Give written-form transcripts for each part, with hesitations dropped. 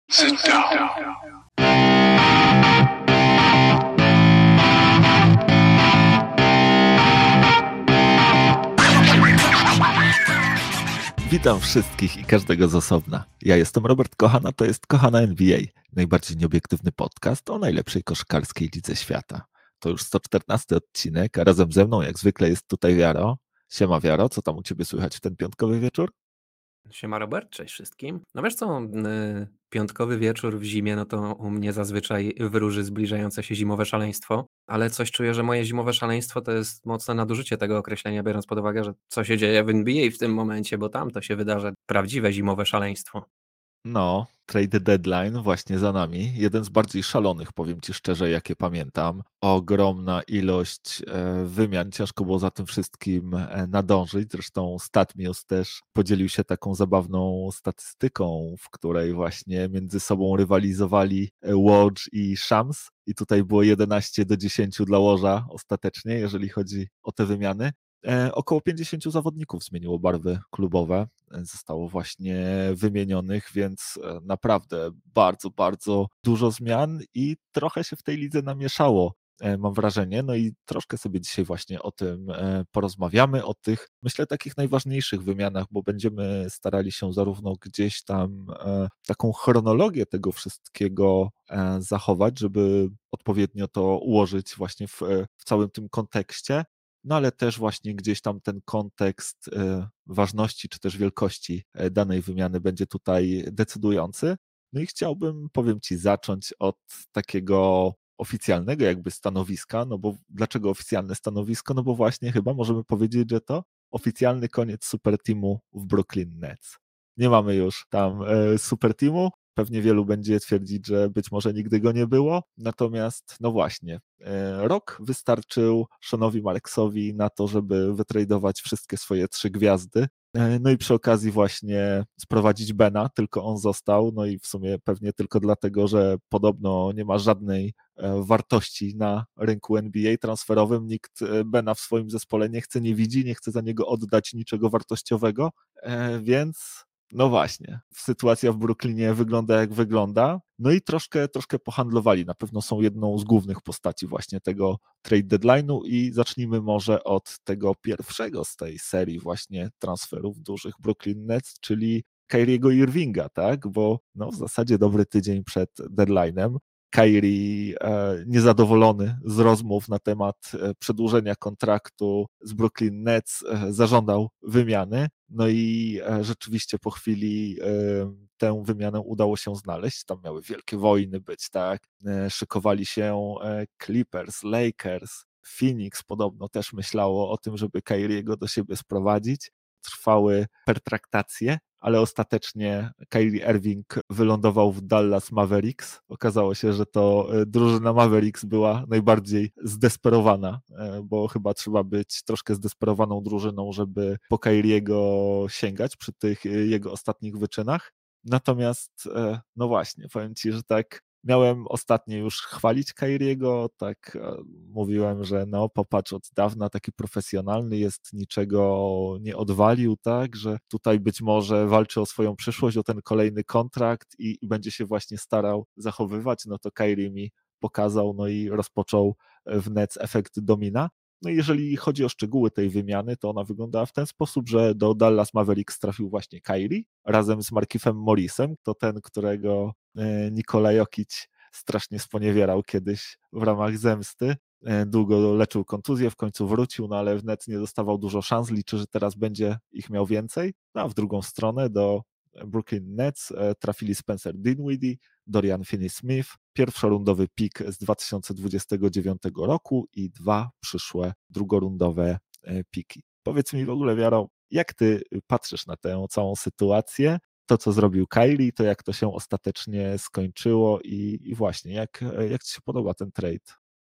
Sit down. Witam wszystkich i każdego z osobna. Ja jestem Robert Kochan, a to jest Kochana NBA, najbardziej nieobiektywny podcast o najlepszej koszykarskiej lidze świata. To już 114 odcinek, a razem ze mną jak zwykle jest tutaj Wiaro. Siema Wiaro, co tam u Ciebie słychać w ten piątkowy wieczór? Siema Robert, cześć wszystkim. No wiesz co, piątkowy wieczór w zimie, no to u mnie zazwyczaj wróży zbliżające się zimowe szaleństwo, ale coś czuję, że moje zimowe szaleństwo to jest mocne nadużycie tego określenia, biorąc pod uwagę, że co się dzieje w NBA w tym momencie, bo tam to się wydarzy prawdziwe zimowe szaleństwo. No, trade deadline właśnie za nami. Jeden z bardziej szalonych, powiem Ci szczerze, jakie pamiętam. Ogromna ilość wymian, ciężko było za tym wszystkim nadążyć. Zresztą StatMuse też podzielił się taką zabawną statystyką, w której właśnie między sobą rywalizowali Woj i Shams. I tutaj było 11-10 dla Woj'a ostatecznie, jeżeli chodzi o te wymiany. Około 50 zawodników zmieniło barwy klubowe, zostało właśnie wymienionych, więc naprawdę bardzo, bardzo dużo zmian i trochę się w tej lidze namieszało, mam wrażenie. No i troszkę sobie dzisiaj właśnie o tym porozmawiamy, o tych, myślę, takich najważniejszych wymianach, bo będziemy starali się zarówno gdzieś tam taką chronologię tego wszystkiego zachować, żeby odpowiednio to ułożyć właśnie w całym tym kontekście, no ale też właśnie gdzieś tam ten kontekst ważności czy też wielkości danej wymiany będzie tutaj decydujący. No i chciałbym, powiem Ci, zacząć od takiego oficjalnego jakby stanowiska, no bo dlaczego oficjalne stanowisko? No bo właśnie chyba możemy powiedzieć, że to oficjalny koniec super teamu w Brooklyn Nets. Nie mamy już tam super teamu. Pewnie wielu będzie twierdzić, że być może nigdy go nie było. Natomiast, no właśnie, rok wystarczył Seanowi Marksowi na to, żeby wytradować wszystkie swoje 3 gwiazdy. No i przy okazji właśnie sprowadzić Bena, tylko on został, no i w sumie pewnie tylko dlatego, że podobno nie ma żadnej wartości na rynku NBA transferowym. Nikt Bena w swoim zespole nie chce, nie widzi, nie chce za niego oddać niczego wartościowego, więc no właśnie, sytuacja w Brooklynie wygląda jak wygląda, no i troszkę pohandlowali, na pewno są jedną z głównych postaci właśnie tego trade deadline'u i zacznijmy może od tego pierwszego z tej serii właśnie transferów dużych Brooklyn Nets, czyli Kyriego Irvinga, tak, bo no w zasadzie dobry tydzień przed deadline'em Kyrie niezadowolony z rozmów na temat przedłużenia kontraktu z Brooklyn Nets zażądał wymiany, no i rzeczywiście po chwili tę wymianę udało się znaleźć, tam miały wielkie wojny być, tak, szykowali się Clippers, Lakers, Phoenix podobno też myślało o tym, żeby Kyriego do siebie sprowadzić, trwały pertraktacje, ale ostatecznie Kyrie Irving wylądował w Dallas Mavericks. Okazało się, że to drużyna Mavericks była najbardziej zdesperowana, bo chyba trzeba być troszkę zdesperowaną drużyną, żeby po Kyriego sięgać przy tych jego ostatnich wyczynach. Natomiast, no właśnie, powiem Ci, że tak miałem ostatnio już chwalić Kyriego, tak mówiłem, że no popatrz, od dawna taki profesjonalny jest, niczego nie odwalił, tak, że tutaj być może walczy o swoją przyszłość, o ten kolejny kontrakt i będzie się właśnie starał zachowywać, no to Kyrie mi pokazał, no i rozpoczął w Nets efekt domina. No i jeżeli chodzi o szczegóły tej wymiany, to ona wyglądała w ten sposób, że do Dallas Mavericks trafił właśnie Kyrie razem z Markifem Morrisem, to ten, którego Nikola Jokic strasznie sponiewierał kiedyś w ramach zemsty. Długo leczył kontuzję, w końcu wrócił, no ale w Nets nie dostawał dużo szans, liczy, że teraz będzie ich miał więcej. No a w drugą stronę do Brooklyn Nets trafili Spencer Dinwiddie, Dorian Finney-Smith, pierwszorundowy pik z 2029 roku i 2 przyszłe drugorundowe piki. Powiedz mi w ogóle, Wiaro, jak ty patrzysz na tę całą sytuację, to co zrobił Kyrie, to jak to się ostatecznie skończyło i właśnie, jak ci się podoba ten trade?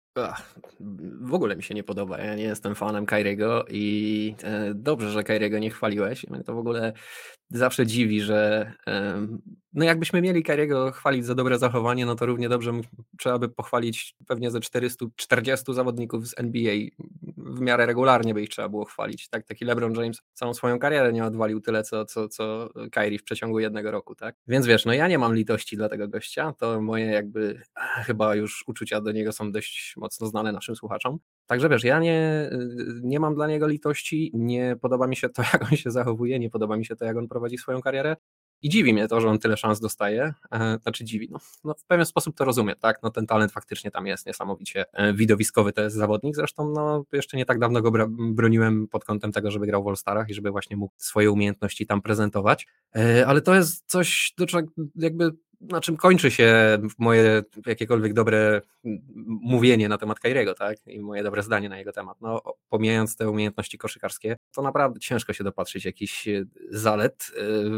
W ogóle mi się nie podoba. Ja nie jestem fanem Kyriego i dobrze, że Kyriego nie chwaliłeś. Mnie to w ogóle zawsze dziwi, że no jakbyśmy mieli Kyriego chwalić za dobre zachowanie, no to równie dobrze trzeba by pochwalić pewnie ze 440 zawodników z NBA w miarę regularnie by ich trzeba było chwalić. Tak? Taki LeBron James całą swoją karierę nie odwalił tyle, co Kyrie w przeciągu jednego roku. Tak? Więc wiesz, no ja nie mam litości dla tego gościa, to moje jakby chyba już uczucia do niego są dość mocno znane naszym słuchaczom. Także wiesz, ja nie mam dla niego litości, nie podoba mi się to, jak on się zachowuje, nie podoba mi się to, jak on prowadzi swoją karierę. I dziwi mnie to, że on tyle szans dostaje. Znaczy dziwi, no w pewien sposób to rozumiem, tak? No ten talent faktycznie tam jest niesamowicie widowiskowy, to jest zawodnik. Zresztą no jeszcze nie tak dawno go broniłem pod kątem tego, żeby grał w All-Starach i żeby właśnie mógł swoje umiejętności tam prezentować. Ale to jest coś, do czego jakby na czym kończy się moje jakiekolwiek dobre mówienie na temat Kyriego, tak? I moje dobre zdanie na jego temat. No, pomijając te umiejętności koszykarskie, to naprawdę ciężko się dopatrzyć jakichś zalet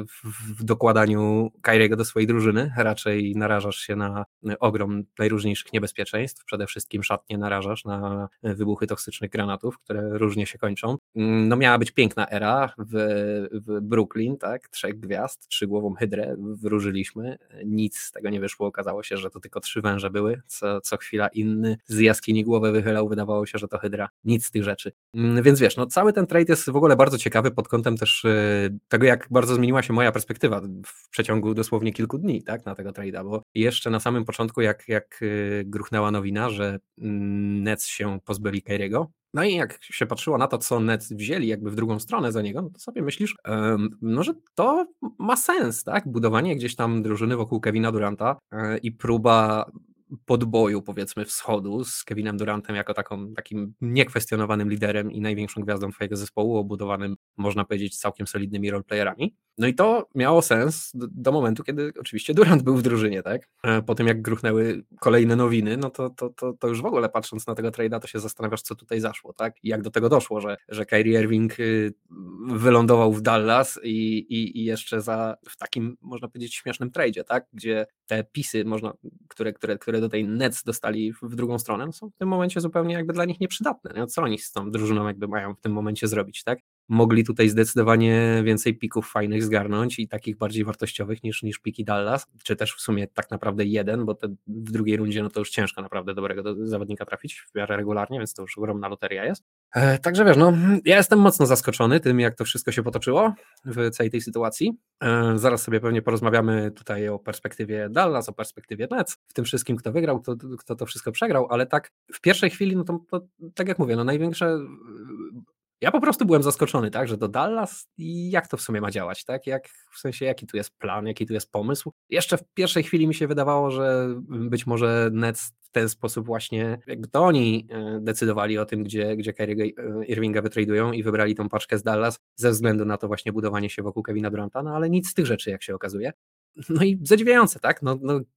w dokładaniu Kyriego do swojej drużyny. Raczej narażasz się na ogrom najróżniejszych niebezpieczeństw. Przede wszystkim szatnie narażasz na wybuchy toksycznych granatów, które różnie się kończą. No miała być piękna era w Brooklyn, tak? 3 gwiazd, 3-głową hydrę wróżyliśmy. Nic z tego nie wyszło, okazało się, że to tylko 3 węże były, co chwila inny z jaskini głowę wychylał, wydawało się, że to hydra, nic z tych rzeczy. Więc wiesz, no cały ten trade jest w ogóle bardzo ciekawy pod kątem też tego, jak bardzo zmieniła się moja perspektywa w przeciągu dosłownie kilku dni, tak, na tego trade'a, bo jeszcze na samym początku, jak gruchnęła nowina, że Nets się pozbyli Kyriego, no i jak się patrzyło na to, co Nets wzięli jakby w drugą stronę za niego, no to sobie myślisz, no, że to ma sens, tak? Budowanie gdzieś tam drużyny wokół Kevina Duranta i próba podboju, powiedzmy, wschodu z Kevinem Durantem jako takim niekwestionowanym liderem i największą gwiazdą twojego zespołu, obudowanym, można powiedzieć, całkiem solidnymi roleplayerami. No i to miało sens do momentu, kiedy oczywiście Durant był w drużynie, tak? Po tym jak gruchnęły kolejne nowiny, no to już w ogóle patrząc na tego trade'a, to się zastanawiasz, co tutaj zaszło, tak? I jak do tego doszło, że Kyrie Irving wylądował w Dallas i jeszcze w takim, można powiedzieć, śmiesznym trade'zie, tak? Gdzie te pisy, które do tej Nets dostali w drugą stronę, no są w tym momencie zupełnie jakby dla nich nieprzydatne. No co oni z tą drużyną jakby mają w tym momencie zrobić, tak? Mogli tutaj zdecydowanie więcej pików fajnych zgarnąć i takich bardziej wartościowych niż piki Dallas, czy też w sumie tak naprawdę jeden, bo w drugiej rundzie no to już ciężko naprawdę dobrego zawodnika trafić w miarę regularnie, więc to już ogromna loteria jest. Także wiesz, no ja jestem mocno zaskoczony tym, jak to wszystko się potoczyło w całej tej sytuacji. Zaraz sobie pewnie porozmawiamy tutaj o perspektywie Dallas, o perspektywie Nets, w tym wszystkim, kto wygrał, kto to wszystko przegrał, ale tak w pierwszej chwili, no to tak jak mówię, no największe... Ja po prostu byłem zaskoczony, tak, że do Dallas i jak to w sumie ma działać, tak? W sensie, jaki tu jest plan, jaki tu jest pomysł. Jeszcze w pierwszej chwili mi się wydawało, że być może Nets w ten sposób właśnie, jakby to oni decydowali o tym, gdzie Kyrie Irvinga wytradują i wybrali tą paczkę z Dallas ze względu na to właśnie budowanie się wokół Kevina Duranta, no ale nic z tych rzeczy, jak się okazuje. No i zadziwiające, tak? No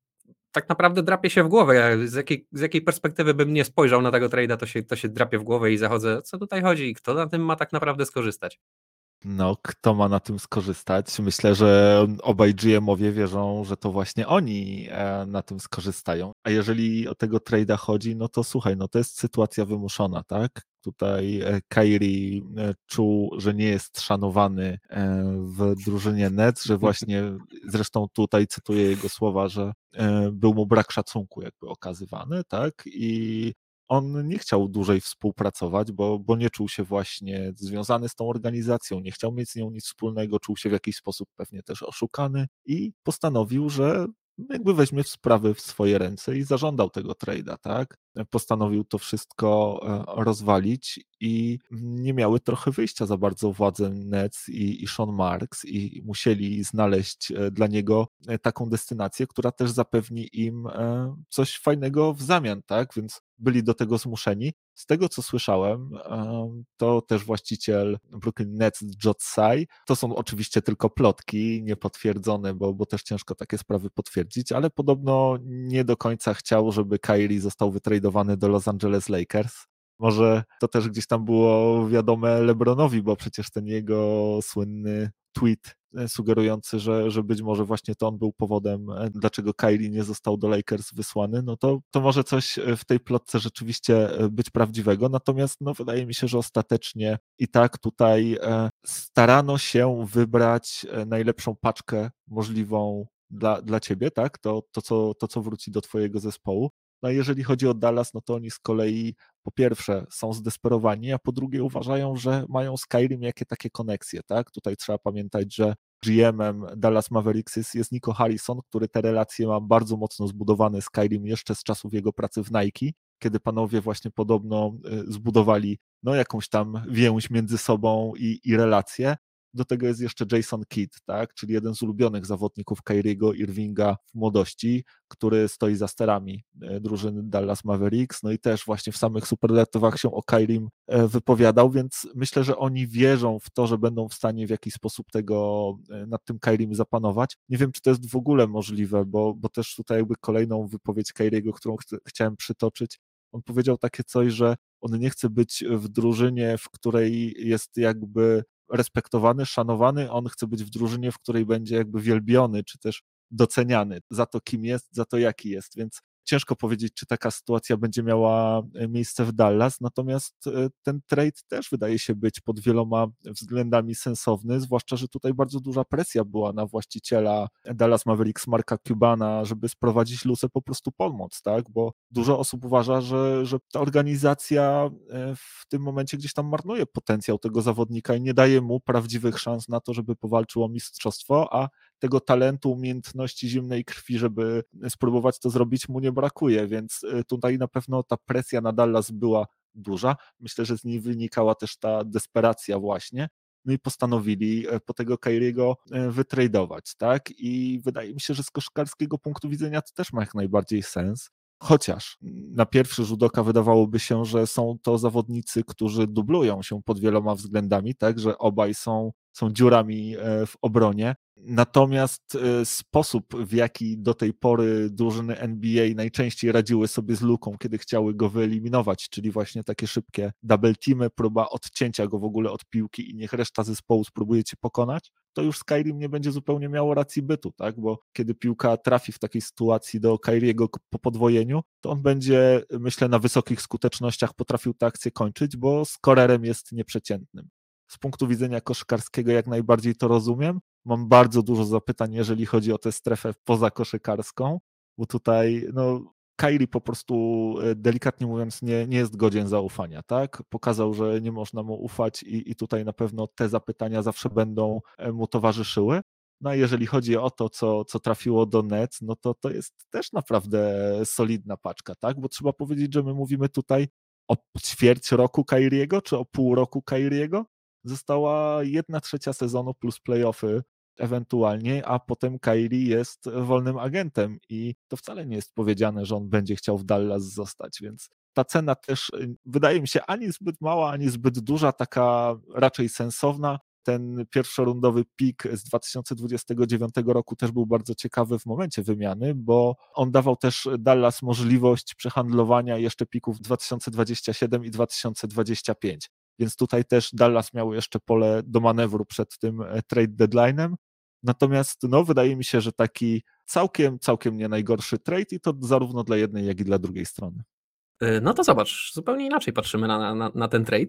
tak naprawdę drapie się w głowę. Z jakiej perspektywy bym nie spojrzał na tego trade'a, to się drapie w głowę i zachodzę, co tutaj chodzi, kto na tym ma tak naprawdę skorzystać. No, kto ma na tym skorzystać? Myślę, że obaj GM-owie wierzą, że to właśnie oni na tym skorzystają. A jeżeli o tego trade'a chodzi, no to słuchaj, no to jest sytuacja wymuszona, tak? Tutaj Kyrie czuł, że nie jest szanowany w drużynie Nets, że właśnie, zresztą tutaj cytuję jego słowa, że był mu brak szacunku jakby okazywany, tak? I on nie chciał dłużej współpracować, bo nie czuł się właśnie związany z tą organizacją, nie chciał mieć z nią nic wspólnego, czuł się w jakiś sposób pewnie też oszukany i postanowił, że jakby weźmie sprawy w swoje ręce i zażądał tego trade'a, tak? Postanowił to wszystko rozwalić i nie miały trochę wyjścia za bardzo władze Nets i Sean Marks i musieli znaleźć dla niego taką destynację, która też zapewni im coś fajnego w zamian, tak? Więc byli do tego zmuszeni. Z tego, co słyszałem, to też właściciel Brooklyn Nets, Joe Tsai, to są oczywiście tylko plotki, niepotwierdzone, bo też ciężko takie sprawy potwierdzić, ale podobno nie do końca chciał, żeby Kyrie został wytradowany do Los Angeles Lakers. Może to też gdzieś tam było wiadome LeBronowi, bo przecież ten jego słynny tweet sugerujący, że być może właśnie to on był powodem, dlaczego Kyrie nie został do Lakers wysłany, no to może coś w tej plotce rzeczywiście być prawdziwego, natomiast no wydaje mi się, że ostatecznie i tak tutaj starano się wybrać najlepszą paczkę możliwą dla ciebie, tak? To, co wróci do twojego zespołu. No a jeżeli chodzi o Dallas, no to oni z kolei po pierwsze są zdesperowani, a po drugie uważają, że mają Skyrim jakie takie koneksje, tak? Tutaj trzeba pamiętać, że GM-em Dallas Mavericks jest Nico Harrison, który te relacje ma bardzo mocno zbudowane z Skyrim jeszcze z czasów jego pracy w Nike, kiedy panowie właśnie podobno zbudowali no jakąś tam więź między sobą i relacje. Do tego jest jeszcze Jason Kidd, tak? Czyli jeden z ulubionych zawodników Kyriego Irvinga w młodości, który stoi za sterami drużyny Dallas Mavericks, no i też właśnie w samych superlatywach się o Kyrim wypowiadał, więc myślę, że oni wierzą w to, że będą w stanie w jakiś sposób nad tym Kyrim zapanować. Nie wiem, czy to jest w ogóle możliwe, bo też tutaj jakby kolejną wypowiedź Kyriego, którą chciałem przytoczyć, on powiedział takie coś, że on nie chce być w drużynie, w której jest jakby respektowany, szanowany, on chce być w drużynie, w której będzie jakby wielbiony, czy też doceniany za to, kim jest, za to, jaki jest, więc ciężko powiedzieć, czy taka sytuacja będzie miała miejsce w Dallas, natomiast ten trade też wydaje się być pod wieloma względami sensowny, zwłaszcza, że tutaj bardzo duża presja była na właściciela Dallas Mavericks, Marka Cubana, żeby sprowadzić Lucę po prostu pomoc, tak, bo dużo osób uważa, że ta organizacja w tym momencie gdzieś tam marnuje potencjał tego zawodnika i nie daje mu prawdziwych szans na to, żeby powalczył o mistrzostwo, a tego talentu, umiejętności zimnej krwi, żeby spróbować to zrobić, mu nie brakuje, więc tutaj na pewno ta presja na Dallas była duża. Myślę, że z niej wynikała też ta desperacja właśnie. No i postanowili po tego Kyriego wytradować, tak? I wydaje mi się, że z koszykarskiego punktu widzenia to też ma jak najbardziej sens. Chociaż na pierwszy rzut oka wydawałoby się, że są to zawodnicy, którzy dublują się pod wieloma względami, tak, że obaj są dziurami w obronie. Natomiast sposób, w jaki do tej pory drużyny NBA najczęściej radziły sobie z luką, kiedy chciały go wyeliminować, czyli właśnie takie szybkie double teamy, próba odcięcia go w ogóle od piłki i niech reszta zespołu spróbuje cię pokonać, to już Skyrim nie będzie zupełnie miało racji bytu, tak? Bo kiedy piłka trafi w takiej sytuacji do Kyriego po podwojeniu, to on będzie, myślę, na wysokich skutecznościach potrafił tę akcję kończyć, bo skorerem jest nieprzeciętnym. Z punktu widzenia koszykarskiego jak najbardziej to rozumiem. Mam bardzo dużo zapytań, jeżeli chodzi o tę strefę pozakoszykarską, bo tutaj no, Kyrie po prostu, delikatnie mówiąc, nie jest godzien zaufania, tak? Pokazał, że nie można mu ufać i tutaj na pewno te zapytania zawsze będą mu towarzyszyły. No a jeżeli chodzi o to, co trafiło do Nets, no to jest też naprawdę solidna paczka, tak? Bo trzeba powiedzieć, że my mówimy tutaj o ćwierć roku Kyriego, czy o pół roku Kyriego. Została 1/3 sezonu plus playoffy ewentualnie, a potem Kyrie jest wolnym agentem i to wcale nie jest powiedziane, że on będzie chciał w Dallas zostać, więc ta cena też wydaje mi się ani zbyt mała, ani zbyt duża, taka raczej sensowna. Ten pierwszorundowy pik z 2029 roku też był bardzo ciekawy w momencie wymiany, bo on dawał też Dallas możliwość przehandlowania jeszcze pików 2027 i 2025. Więc tutaj też Dallas miał jeszcze pole do manewru przed tym trade deadline'em. Natomiast no, wydaje mi się, że taki całkiem nie najgorszy trade i to zarówno dla jednej, jak i dla drugiej strony. No to zobacz, zupełnie inaczej patrzymy na ten trade.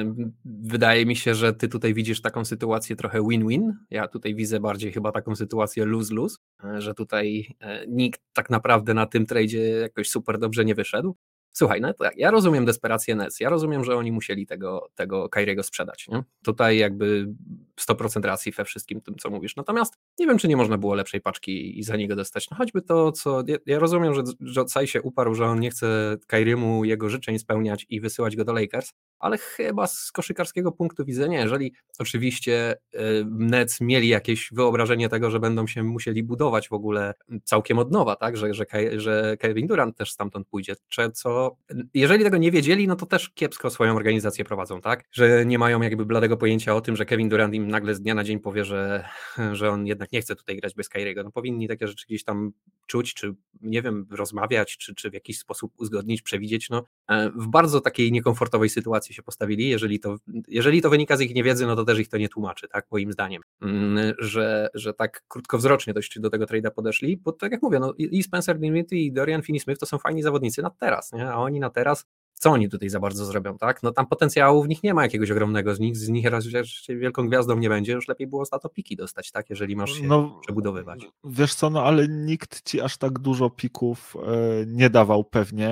Wydaje mi się, że ty tutaj widzisz taką sytuację trochę win-win. Ja tutaj widzę bardziej chyba taką sytuację lose-lose, że tutaj nikt tak naprawdę na tym tradzie jakoś super dobrze nie wyszedł. Słuchaj, no tak, ja rozumiem desperację Nets, ja rozumiem, że oni musieli tego Kyriego sprzedać. Nie? Tutaj jakby 100% racji we wszystkim tym, co mówisz. Natomiast nie wiem, czy nie można było lepszej paczki i za niego dostać. No choćby to, co... Ja rozumiem, że Odsai się uparł, że on nie chce Kyriemu jego życzeń spełniać i wysyłać go do Lakers, ale chyba z koszykarskiego punktu widzenia, jeżeli oczywiście Nets mieli jakieś wyobrażenie tego, że będą się musieli budować w ogóle całkiem od nowa, tak? Że Kevin Durant też stamtąd pójdzie, jeżeli tego nie wiedzieli, no to też kiepsko swoją organizację prowadzą, tak? Że nie mają jakby bladego pojęcia o tym, że Kevin Durant im nagle z dnia na dzień powie, że on jednak nie chce tutaj grać bez Kyriego. No powinni takie rzeczy gdzieś tam czuć, czy nie wiem, rozmawiać, czy w jakiś sposób uzgodnić, przewidzieć. No, w bardzo takiej niekomfortowej sytuacji się postawili. Jeżeli to wynika z ich niewiedzy, no to też ich to nie tłumaczy, tak, moim zdaniem, że tak krótkowzrocznie dość do tego trade'a podeszli, bo tak jak mówię, no i Spencer Dinwiddie i Dorian Finney-Smith to są fajni zawodnicy na teraz, nie? A oni na teraz co oni tutaj za bardzo zrobią, tak? No tam potencjału w nich nie ma jakiegoś ogromnego, z nich raz wielką gwiazdą nie będzie, już lepiej było za to piki dostać, tak? Jeżeli masz się No, przebudowywać. wiesz co, no ale nikt ci aż tak dużo pików nie dawał pewnie,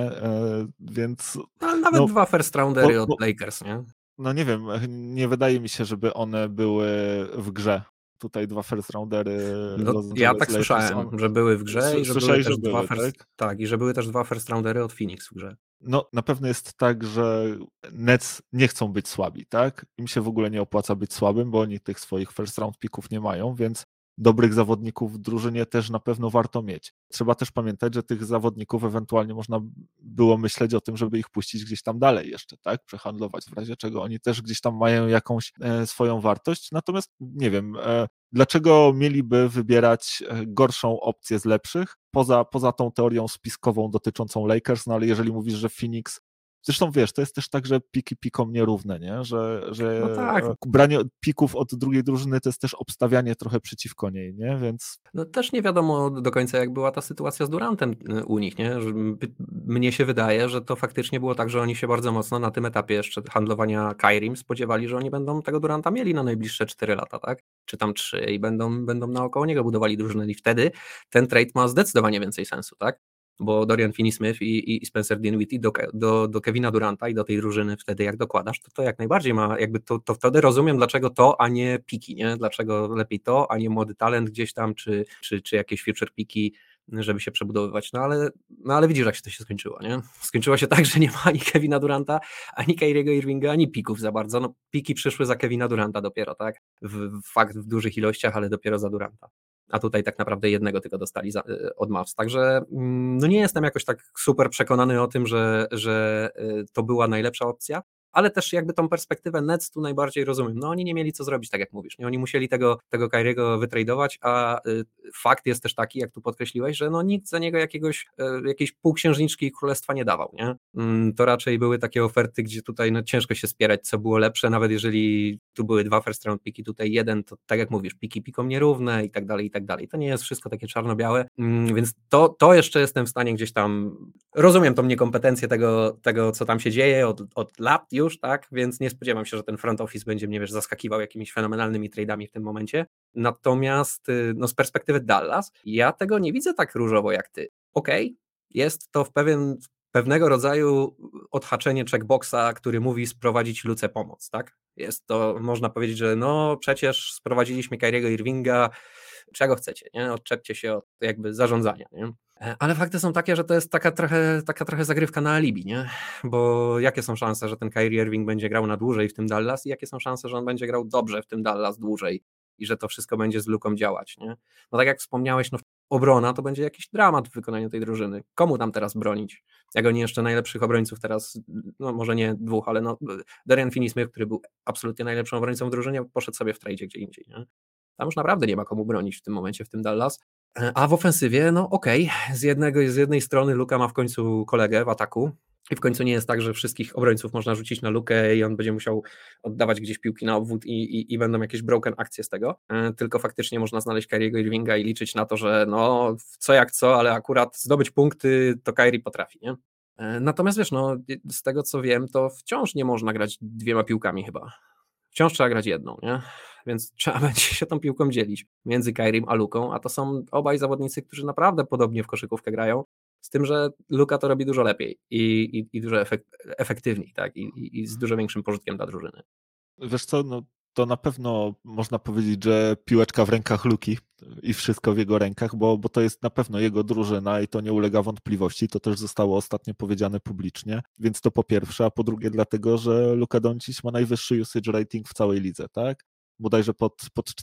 więc No, ale nawet no, 2 first roundery od Lakers, nie? no nie wiem, nie wydaje mi się, żeby one były w grze. Tutaj 2 first roundery No, Los ja Angeles tak Lakers. słyszałem, że były w grze i że były Słyszałeś, też że były, tak? tak, i że były też 2 first roundery od Phoenix w grze. No, na pewno jest tak, że Nets nie chcą być słabi, tak? Im się w ogóle nie opłaca być słabym, bo oni tych swoich first round picków nie mają, więc dobrych zawodników w drużynie też na pewno warto mieć. Trzeba też pamiętać, że tych zawodników ewentualnie można było myśleć o tym, żeby ich puścić gdzieś tam dalej jeszcze, tak? Przehandlować, w razie czego oni też gdzieś tam mają jakąś swoją wartość. Natomiast nie wiem, dlaczego mieliby wybierać gorszą opcję z lepszych, poza tą teorią spiskową dotyczącą Lakers, no ale jeżeli mówisz, że Phoenix, zresztą wiesz, to jest też tak, że piki pikom nierówne, nie? Że No tak. branie pików od drugiej drużyny to jest też obstawianie trochę przeciwko niej, nie? Więc No też nie wiadomo do końca, jak była ta sytuacja z Durantem u nich, nie? Że mnie się wydaje, że to faktycznie było tak, że oni się bardzo mocno na tym etapie jeszcze handlowania Kairim spodziewali, że oni będą tego Duranta mieli na najbliższe 4 lata, tak? Czy tam 3 i będą naokoło niego budowali drużynę i wtedy ten trade ma zdecydowanie więcej sensu, tak? Bo Dorian Finney-Smith i Spencer Dinwiddie do Kevina Duranta i do tej drużyny wtedy jak dokładasz, to jak najbardziej ma, jakby to wtedy rozumiem, dlaczego to, a nie piki, nie? Dlaczego lepiej to, a nie młody talent gdzieś tam, czy jakieś future piki, żeby się przebudowywać. No ale widzisz, jak się to się skończyło, nie? Skończyło się tak, że nie ma ani Kevina Duranta, ani Kyriego Irvinga, ani pików za bardzo. No piki przyszły za Kevina Duranta dopiero, tak? Fakt w dużych ilościach, ale dopiero za Duranta. A tutaj tak naprawdę jednego tylko dostali od Mavs. Także no nie jestem jakoś tak super przekonany o tym, że to była najlepsza opcja, ale też jakby tą perspektywę Nets tu najbardziej rozumiem. No oni nie mieli co zrobić, tak jak mówisz. Nie? Oni musieli tego Kyriego wytradować, a fakt jest też taki, jak tu podkreśliłeś, że no nikt za niego jakiejś półksiężniczki królestwa nie dawał. Nie? To raczej były takie oferty, gdzie tutaj no ciężko się spierać, co było lepsze, nawet jeżeli tu były 2 first round piki, tutaj jeden, to tak jak mówisz, piki pikom nierówne i tak dalej, i tak dalej. To nie jest wszystko takie czarno-białe, więc to jeszcze jestem w stanie gdzieś tam, rozumiem tą niekompetencję tego co tam się dzieje od lat już, tak, więc nie spodziewam się, że ten front office będzie mnie, zaskakiwał jakimiś fenomenalnymi trade'ami w tym momencie. Natomiast no z perspektywy Dallas, ja tego nie widzę tak różowo jak ty. Okej, jest to pewnego rodzaju odhaczenie checkboxa, który mówi sprowadzić Luce pomoc, tak? Jest to, można powiedzieć, że no przecież sprowadziliśmy Kyriego Irvinga, czego chcecie, nie? Odczepcie się od jakby zarządzania, nie? Ale fakty są takie, że to jest taka trochę zagrywka na alibi, nie? Bo jakie są szanse, że ten Kyrie Irving będzie grał na dłużej w tym Dallas i jakie są szanse, że on będzie grał dobrze w tym Dallas dłużej i że to wszystko będzie z luką działać, nie? No tak jak wspomniałeś, no obrona to będzie jakiś dramat w wykonaniu tej drużyny. Komu tam teraz bronić? Jak oni jeszcze najlepszych obrońców teraz, no może nie 2, ale no Dorian Finney-Smith, który był absolutnie najlepszym obrońcą w drużynie, poszedł sobie w tradzie gdzie indziej, nie? Tam już naprawdę nie ma komu bronić w tym momencie w tym Dallas. A w ofensywie, no okej, z jednej strony Luka ma w końcu kolegę w ataku i w końcu nie jest tak, że wszystkich obrońców można rzucić na Lukę i on będzie musiał oddawać gdzieś piłki na obwód i będą jakieś broken akcje z tego, tylko faktycznie można znaleźć Kyriego Irvinga i liczyć na to, że no co jak co, ale akurat zdobyć punkty to Kyrie potrafi, nie? Natomiast wiesz, no z tego co wiem, to wciąż nie można grać 2 piłkami chyba. Wciąż trzeba grać jedną, nie? Więc trzeba będzie się tą piłką dzielić między Kyrim a Luką, a to są obaj zawodnicy, którzy naprawdę podobnie w koszykówkę grają, z tym, że Luka to robi dużo lepiej i dużo efektywniej, tak? I z dużo większym pożytkiem dla drużyny. wiesz co, no to na pewno można powiedzieć, że piłeczka w rękach Luki i wszystko w jego rękach, bo to jest na pewno jego drużyna i to nie ulega wątpliwości. To też zostało ostatnio powiedziane publicznie, więc to po pierwsze, a po drugie dlatego, że Luka Doncic ma najwyższy usage rating w całej lidze, tak? Bodajże pod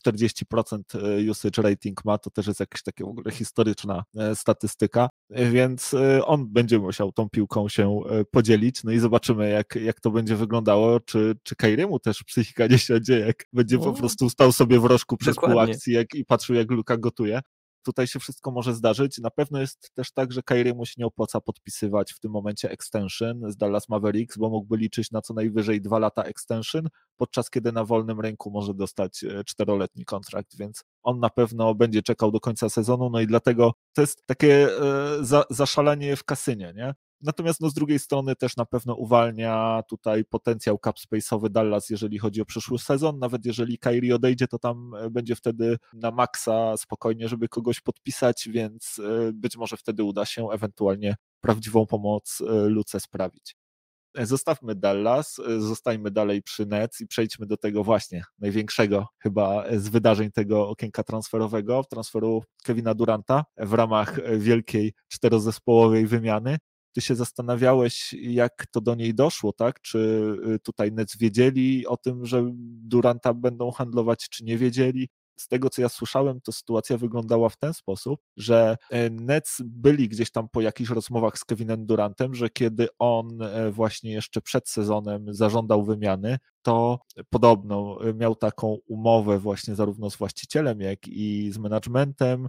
40% usage rating ma, to też jest jakaś taka w ogóle historyczna statystyka, więc on będzie musiał tą piłką się podzielić, no i zobaczymy jak to będzie wyglądało, czy Kyriemu też psychika nie siądzie, jak będzie po prostu stał sobie w rożku przez pół akcji i patrzył jak Luka gotuje. Tutaj się wszystko może zdarzyć. Na pewno jest też tak, że Kyriemu się nie opłaca podpisywać w tym momencie extension z Dallas Mavericks, bo mógłby liczyć na co najwyżej 2 lata extension, podczas kiedy na wolnym rynku może dostać 4-letni kontrakt, więc on na pewno będzie czekał do końca sezonu, no i dlatego to jest takie zaszalenie w kasynie, nie? Natomiast z drugiej strony też na pewno uwalnia tutaj potencjał cap space'owy Dallas, jeżeli chodzi o przyszły sezon. Nawet jeżeli Kyrie odejdzie, to tam będzie wtedy na maksa spokojnie, żeby kogoś podpisać, więc być może wtedy uda się ewentualnie prawdziwą pomoc Luce sprawić. Zostawmy Dallas, zostańmy dalej przy Nets i przejdźmy do tego właśnie największego chyba z wydarzeń tego okienka transferowego, transferu Kevina Duranta w ramach wielkiej czterozespołowej wymiany. Ty się zastanawiałeś, jak to do niej doszło, tak? Czy tutaj Nets wiedzieli o tym, że Duranta będą handlować, czy nie wiedzieli? Z tego, co ja słyszałem, to sytuacja wyglądała w ten sposób, że Nets byli gdzieś tam po jakichś rozmowach z Kevinem Durantem, że kiedy on właśnie jeszcze przed sezonem zażądał wymiany, to podobno miał taką umowę właśnie zarówno z właścicielem, jak i z managementem,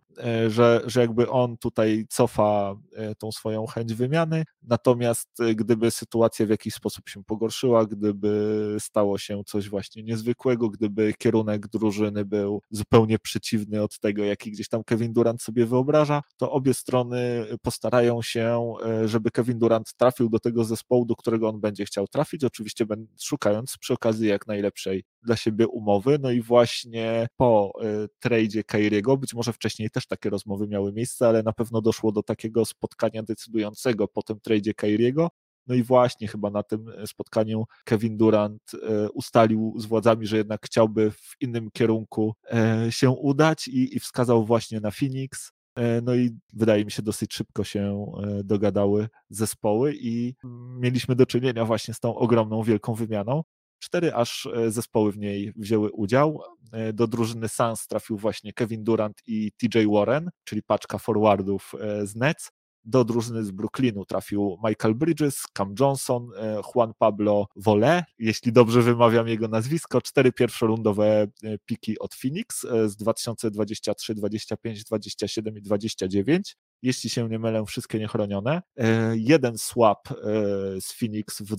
że jakby on tutaj cofa tą swoją chęć wymiany, natomiast gdyby sytuacja w jakiś sposób się pogorszyła, gdyby stało się coś właśnie niezwykłego, gdyby kierunek drużyny był zupełnie przeciwny od tego, jaki gdzieś tam Kevin Durant sobie wyobraża, to obie strony postarają się, żeby Kevin Durant trafił do tego zespołu, do którego on będzie chciał trafić, oczywiście szukając przy okazji jak najlepszej dla siebie umowy. No i właśnie po tradzie Kyriego, być może wcześniej też takie rozmowy miały miejsce, ale na pewno doszło do takiego spotkania decydującego po tym tradzie Kyriego. No i właśnie chyba na tym spotkaniu Kevin Durant ustalił z władzami, że jednak chciałby w innym kierunku się udać i wskazał właśnie na Phoenix. No i wydaje mi się, dosyć szybko się dogadały zespoły i mieliśmy do czynienia właśnie z tą ogromną, wielką wymianą. 4 aż zespoły w niej wzięły udział. Do drużyny Suns trafił właśnie Kevin Durant i TJ Warren, czyli paczka forwardów z Nets. Do drużyny z Brooklynu trafił Michael Bridges, Cam Johnson, Juan Pablo Vole, jeśli dobrze wymawiam jego nazwisko, 4 pierwszorundowe piki od Phoenix z 2023, 25, 27 i 29. Jeśli się nie mylę, wszystkie niechronione. Jeden swap z Phoenix w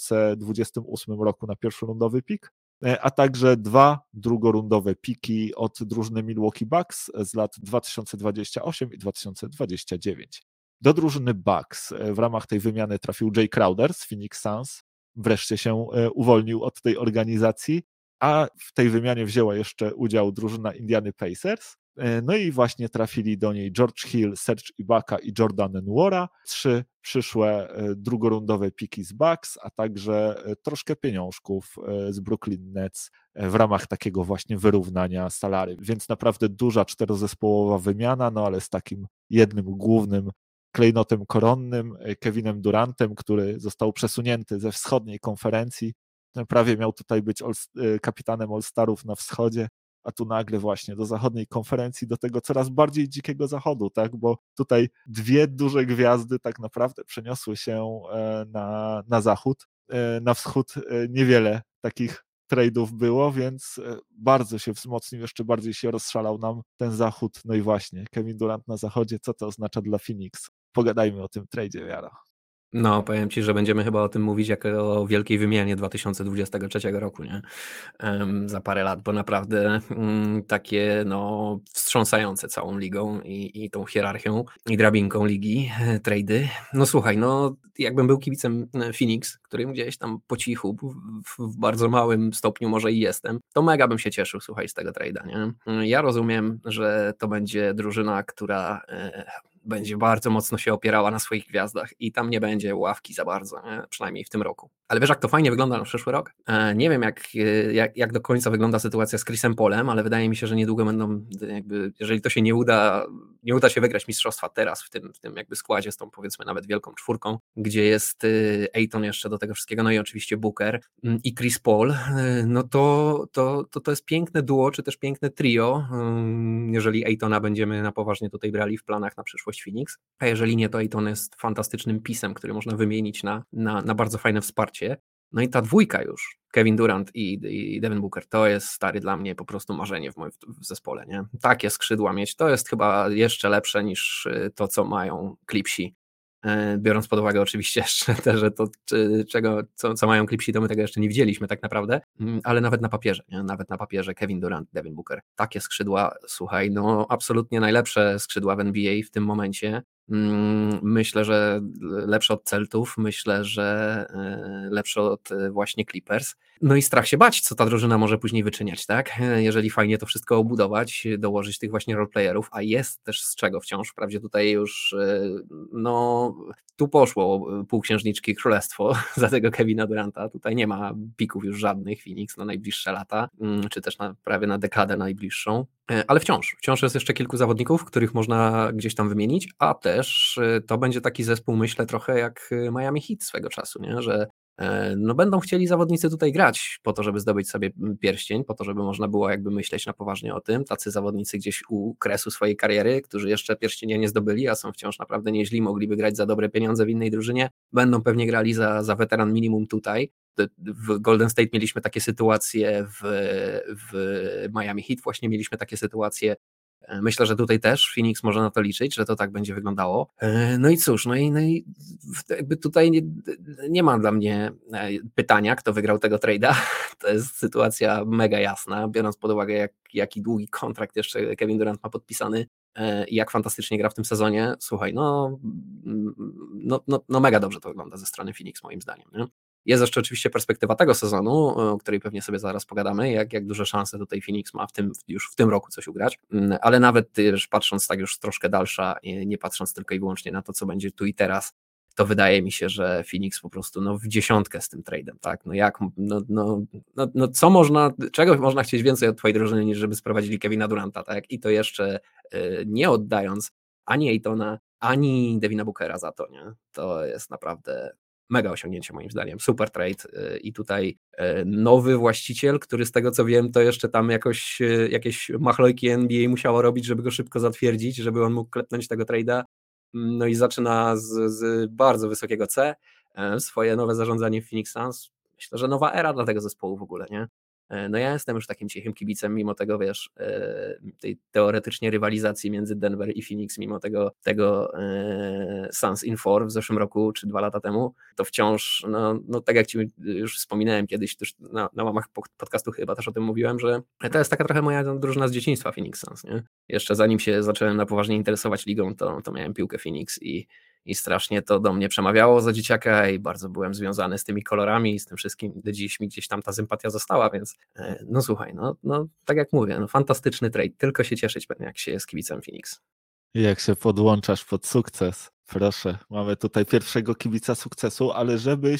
2028 roku na pierwszorundowy pik, a także 2 drugorundowe piki od drużyny Milwaukee Bucks z lat 2028 i 2029. Do drużyny Bucks w ramach tej wymiany trafił Jay Crowder z Phoenix Suns. Wreszcie się uwolnił od tej organizacji, a w tej wymianie wzięła jeszcze udział drużyna Indiany Pacers. No i właśnie trafili do niej George Hill, Serge Ibaka i Jordan Nwora, 3 przyszłe drugorundowe piki z Bucks, a także troszkę pieniążków z Brooklyn Nets w ramach takiego właśnie wyrównania salary. Więc naprawdę duża czterozespołowa wymiana, no ale z takim jednym głównym klejnotem koronnym, Kevinem Durantem, który został przesunięty ze wschodniej konferencji. Prawie miał tutaj być kapitanem All-Starów na wschodzie, a tu nagle właśnie do zachodniej konferencji, do tego coraz bardziej dzikiego zachodu, tak? Bo tutaj 2 duże gwiazdy tak naprawdę przeniosły się na zachód. Na wschód niewiele takich trade'ów było, więc bardzo się wzmocnił, jeszcze bardziej się rozszalał nam ten zachód. No i właśnie, Kevin Durant na zachodzie, co to oznacza dla Phoenix? Pogadajmy o tym trade'zie, Wiara. No, powiem Ci, że będziemy chyba o tym mówić jako o wielkiej wymianie 2023 roku, nie? Za parę lat, bo naprawdę takie no, wstrząsające całą ligą i tą hierarchią i drabinką ligi, trade'y. No słuchaj, no jakbym był kibicem Phoenix, którym gdzieś tam po cichu, w bardzo małym stopniu może i jestem, to mega bym się cieszył, słuchaj, z tego trade'a, nie? Ja rozumiem, że to będzie drużyna, która będzie bardzo mocno się opierała na swoich gwiazdach i tam nie będzie ławki za bardzo, nie? Przynajmniej w tym roku. Ale wiesz, jak to fajnie wygląda na przyszły rok? Nie wiem, jak do końca wygląda sytuacja z Chrisem Paulem, ale wydaje mi się, że niedługo będą, jakby, jeżeli to się nie uda się wygrać mistrzostwa teraz w tym jakby składzie z tą, powiedzmy, nawet wielką czwórką, gdzie jest Ayton jeszcze do tego wszystkiego, no i oczywiście Booker i Chris Paul, no to jest piękne duo, czy też piękne trio, jeżeli Aytona będziemy na poważnie tutaj brali w planach na przyszłość Phoenix, a jeżeli nie, to Ayton jest fantastycznym pisem, który można wymienić na bardzo fajne wsparcie. No i ta dwójka już, Kevin Durant i Devin Booker, to jest stary dla mnie po prostu marzenie w zespole, nie? Takie skrzydła mieć, to jest chyba jeszcze lepsze niż to, co mają Clipsi. Biorąc pod uwagę oczywiście jeszcze te, że to, co mają Clipsi, to my tego jeszcze nie widzieliśmy tak naprawdę, ale nawet na papierze, nie? Nawet na papierze Kevin Durant, Devin Booker, takie skrzydła, słuchaj, no absolutnie najlepsze skrzydła w NBA w tym momencie. Myślę, że lepszy od Celtów, myślę, że lepszy od właśnie Clippers. No i strach się bać, co ta drużyna może później wyczyniać, tak? Jeżeli fajnie to wszystko obudować, dołożyć tych właśnie roleplayerów, a jest też z czego wciąż. Wprawdzie tutaj już no tu poszło półksiężniczki królestwo za tego Kevina Duranta. Tutaj nie ma pików już żadnych Phoenix na najbliższe lata, czy też prawie na dekadę najbliższą. Ale wciąż jest jeszcze kilku zawodników, których można gdzieś tam wymienić, a też to będzie taki zespół, myślę, trochę jak Miami Heat swego czasu, nie? Że no będą chcieli zawodnicy tutaj grać po to, żeby zdobyć sobie pierścień, po to, żeby można było jakby myśleć na poważnie o tym. Tacy zawodnicy gdzieś u kresu swojej kariery, którzy jeszcze pierścienia nie zdobyli, a są wciąż naprawdę nieźli, mogliby grać za dobre pieniądze w innej drużynie, będą pewnie grali za weteran minimum tutaj. W Golden State mieliśmy takie sytuacje, w Miami Heat właśnie mieliśmy takie sytuacje. Myślę, że tutaj też Phoenix może na to liczyć, że to tak będzie wyglądało. No i cóż, no i jakby tutaj nie ma dla mnie pytania, kto wygrał tego trade'a. To jest sytuacja mega jasna, biorąc pod uwagę, jaki długi kontrakt jeszcze Kevin Durant ma podpisany i jak fantastycznie gra w tym sezonie. Słuchaj, no mega dobrze to wygląda ze strony Phoenix moim zdaniem. Nie? Jest jeszcze oczywiście perspektywa tego sezonu, o której pewnie sobie zaraz pogadamy, jak duże szanse tutaj Phoenix ma już w tym roku coś ugrać, ale nawet też patrząc tak już troszkę dalsza, nie patrząc tylko i wyłącznie na to, co będzie tu i teraz, to wydaje mi się, że Phoenix po prostu w dziesiątkę z tym trade'em, tak? Czego można chcieć więcej od twojej drużyny, niż żeby sprowadzili Kevina Duranta, tak? I to jeszcze nie oddając ani Aytona, ani Devina Bookera za to, nie? To jest naprawdę mega osiągnięcie moim zdaniem, super trade i tutaj nowy właściciel, który z tego co wiem, to jeszcze tam jakieś machlojki NBA musiało robić, żeby go szybko zatwierdzić, żeby on mógł klepnąć tego trade'a. No i zaczyna z bardzo wysokiego C swoje nowe zarządzanie w Phoenix Suns. Myślę, że nowa era dla tego zespołu w ogóle, nie? No ja jestem już takim cichym kibicem, mimo tego, wiesz, tej teoretycznie rywalizacji między Denver i Phoenix, mimo tego Suns in 4 w zeszłym roku, czy 2 lata temu, to wciąż, no tak jak ci już wspominałem kiedyś, też na łamach podcastu chyba też o tym mówiłem, że to jest taka trochę moja drużyna z dzieciństwa Phoenix Suns, nie? Jeszcze zanim się zacząłem na poważnie interesować ligą, to miałem piłkę Phoenix i strasznie to do mnie przemawiało za dzieciaka i bardzo byłem związany z tymi kolorami i z tym wszystkim. Do dziś mi gdzieś tam ta sympatia została, więc no słuchaj, no tak jak mówię, fantastyczny trade, tylko się cieszyć pewnie, jak się jest kibicem Phoenix. Jak się podłączasz pod sukces, proszę, mamy tutaj pierwszego kibica sukcesu, ale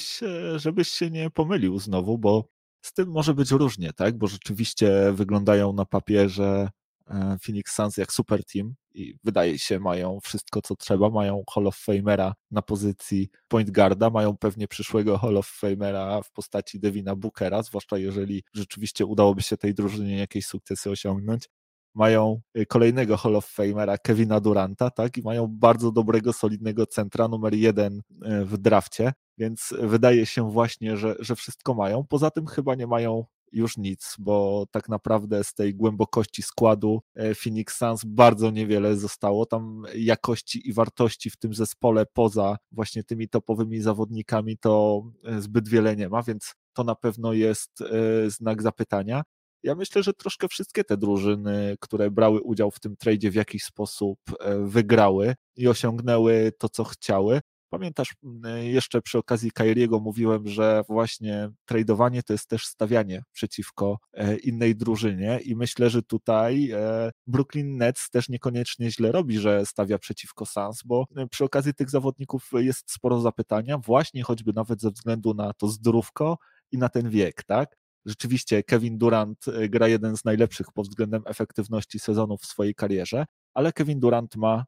żebyś się nie pomylił znowu, bo z tym może być różnie, tak? Bo rzeczywiście wyglądają na papierze Phoenix Suns jak super team i wydaje się mają wszystko co trzeba, mają Hall of Famera na pozycji point guarda, mają pewnie przyszłego Hall of Famera w postaci Devina Bookera, zwłaszcza jeżeli rzeczywiście udałoby się tej drużynie jakieś sukcesy osiągnąć. Mają kolejnego Hall of Famera Kevina Duranta, tak? I mają bardzo dobrego, solidnego centra, numer 1 w drafcie, więc wydaje się właśnie, że wszystko mają. Poza tym chyba nie mają już nic, bo tak naprawdę z tej głębokości składu Phoenix Suns bardzo niewiele zostało. Tam jakości i wartości w tym zespole poza właśnie tymi topowymi zawodnikami to zbyt wiele nie ma, więc to na pewno jest znak zapytania. Ja myślę, że troszkę wszystkie te drużyny, które brały udział w tym tradzie w jakiś sposób wygrały i osiągnęły to, co chciały. Pamiętasz, jeszcze przy okazji Kyriego mówiłem, że właśnie tradowanie to jest też stawianie przeciwko innej drużynie i myślę, że tutaj Brooklyn Nets też niekoniecznie źle robi, że stawia przeciwko Suns, bo przy okazji tych zawodników jest sporo zapytania, właśnie choćby nawet ze względu na to zdrówko i na ten wiek, tak? Rzeczywiście Kevin Durant gra jeden z najlepszych pod względem efektywności sezonów w swojej karierze, ale Kevin Durant ma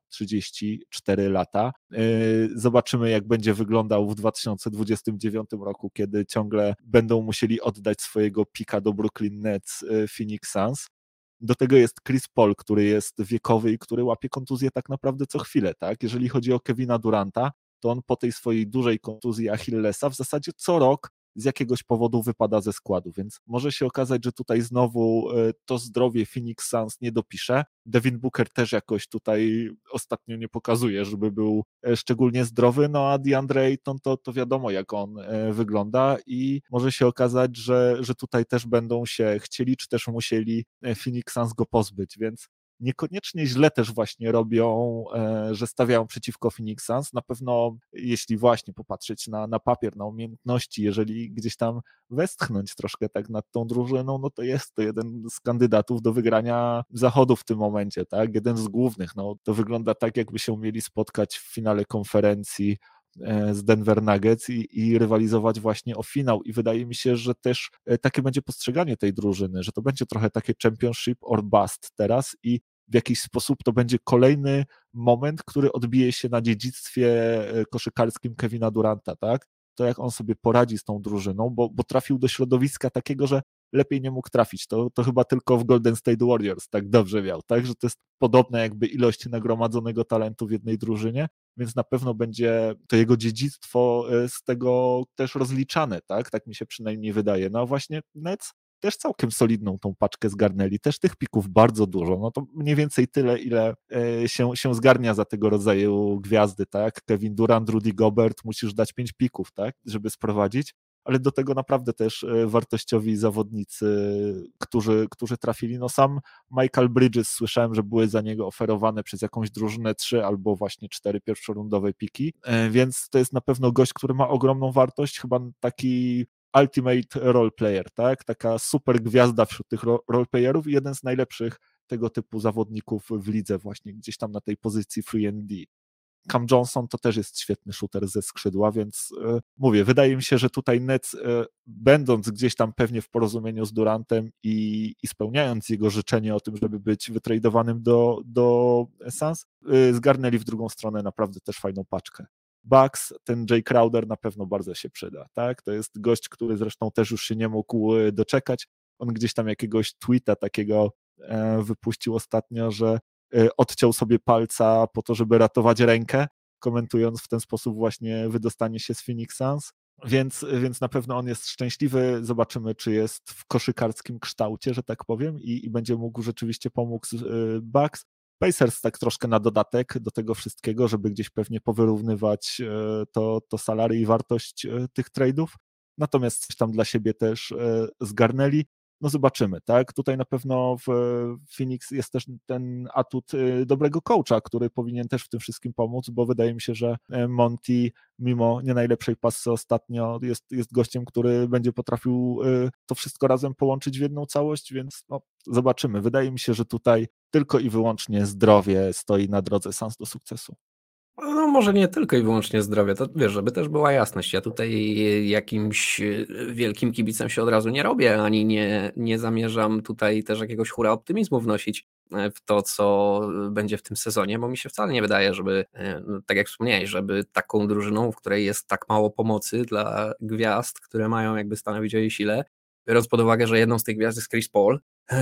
34 lata. Zobaczymy, jak będzie wyglądał w 2029 roku, kiedy ciągle będą musieli oddać swojego pika do Brooklyn Nets Phoenix Suns. Do tego jest Chris Paul, który jest wiekowy i który łapie kontuzję tak naprawdę co chwilę. Tak? Jeżeli chodzi o Kevina Duranta, to on po tej swojej dużej kontuzji Achillesa w zasadzie co rok z jakiegoś powodu wypada ze składu, więc może się okazać, że tutaj znowu to zdrowie Phoenix Suns nie dopisze. Devin Booker też jakoś tutaj ostatnio nie pokazuje, żeby był szczególnie zdrowy, no a DeAndre Ayton to wiadomo jak on wygląda i może się okazać, że tutaj też będą się chcieli, czy też musieli Phoenix Suns go pozbyć, więc niekoniecznie źle też właśnie robią, że stawiają przeciwko Phoenix Suns. Na pewno, jeśli właśnie popatrzeć na papier, na umiejętności, jeżeli gdzieś tam westchnąć troszkę tak nad tą drużyną, no to jest to jeden z kandydatów do wygrania zachodu w tym momencie, tak? Jeden z głównych. No, to wygląda tak, jakby się mieli spotkać w finale konferencji z Denver Nuggets i rywalizować właśnie o finał. I wydaje mi się, że też takie będzie postrzeganie tej drużyny, że to będzie trochę takie championship or bust teraz i w jakiś sposób to będzie kolejny moment, który odbije się na dziedzictwie koszykarskim Kevina Duranta, tak? To jak on sobie poradzi z tą drużyną, bo trafił do środowiska takiego, że lepiej nie mógł trafić. To chyba tylko w Golden State Warriors tak dobrze miał, tak? Że to jest podobna jakby ilość nagromadzonego talentu w jednej drużynie, więc na pewno będzie to jego dziedzictwo z tego też rozliczane, tak? Tak mi się przynajmniej wydaje. No a właśnie Nets też całkiem solidną tą paczkę zgarnęli, też tych pików bardzo dużo, no to mniej więcej tyle, ile się zgarnia za tego rodzaju gwiazdy, tak? Kevin Durant, Rudy Gobert, musisz dać 5 pików, tak? Żeby sprowadzić, ale do tego naprawdę też wartościowi zawodnicy, którzy trafili. No sam Michael Bridges, słyszałem, że były za niego oferowane przez jakąś drużynę 3 albo właśnie 4 pierwszorundowe piki, więc to jest na pewno gość, który ma ogromną wartość, chyba taki ultimate role player, tak? Taka super gwiazda wśród tych role playerów i jeden z najlepszych tego typu zawodników w lidze właśnie, gdzieś tam na tej pozycji free and D. Cam Johnson to też jest świetny shooter ze skrzydła, więc mówię, wydaje mi się, że tutaj Nets, będąc gdzieś tam pewnie w porozumieniu z Durantem i spełniając jego życzenie o tym, żeby być wytradowanym do Suns, zgarnęli w drugą stronę naprawdę też fajną paczkę. Bucks, ten Jay Crowder na pewno bardzo się przyda, tak? To jest gość, który zresztą też już się nie mógł doczekać. On gdzieś tam jakiegoś tweeta takiego wypuścił ostatnio, że odciął sobie palca po to, żeby ratować rękę, komentując w ten sposób właśnie wydostanie się z Phoenix Suns. Więc na pewno on jest szczęśliwy. Zobaczymy, czy jest w koszykarskim kształcie, że tak powiem, i będzie mógł rzeczywiście pomóc Bucks. Pacers tak troszkę na dodatek do tego wszystkiego, żeby gdzieś pewnie powyrównywać to salary i wartość tych trade'ów. Natomiast coś tam dla siebie też zgarnęli. No zobaczymy, tak? Tutaj na pewno w Phoenix jest też ten atut dobrego coacha, który powinien też w tym wszystkim pomóc, bo wydaje mi się, że Monty, mimo nie najlepszej pasy ostatnio, jest gościem, który będzie potrafił to wszystko razem połączyć w jedną całość, więc no, zobaczymy. Wydaje mi się, że tutaj tylko i wyłącznie zdrowie stoi na drodze Suns do sukcesu. No może nie tylko i wyłącznie zdrowie, to wiesz, żeby też była jasność. Ja tutaj jakimś wielkim kibicem się od razu nie robię, ani nie zamierzam tutaj też jakiegoś hura optymizmu wnosić w to, co będzie w tym sezonie, bo mi się wcale nie wydaje, żeby, tak jak wspomniałeś, żeby taką drużyną, w której jest tak mało pomocy dla gwiazd, które mają jakby stanowić o jej sile, biorąc pod uwagę, że jedną z tych gwiazd jest Chris Paul,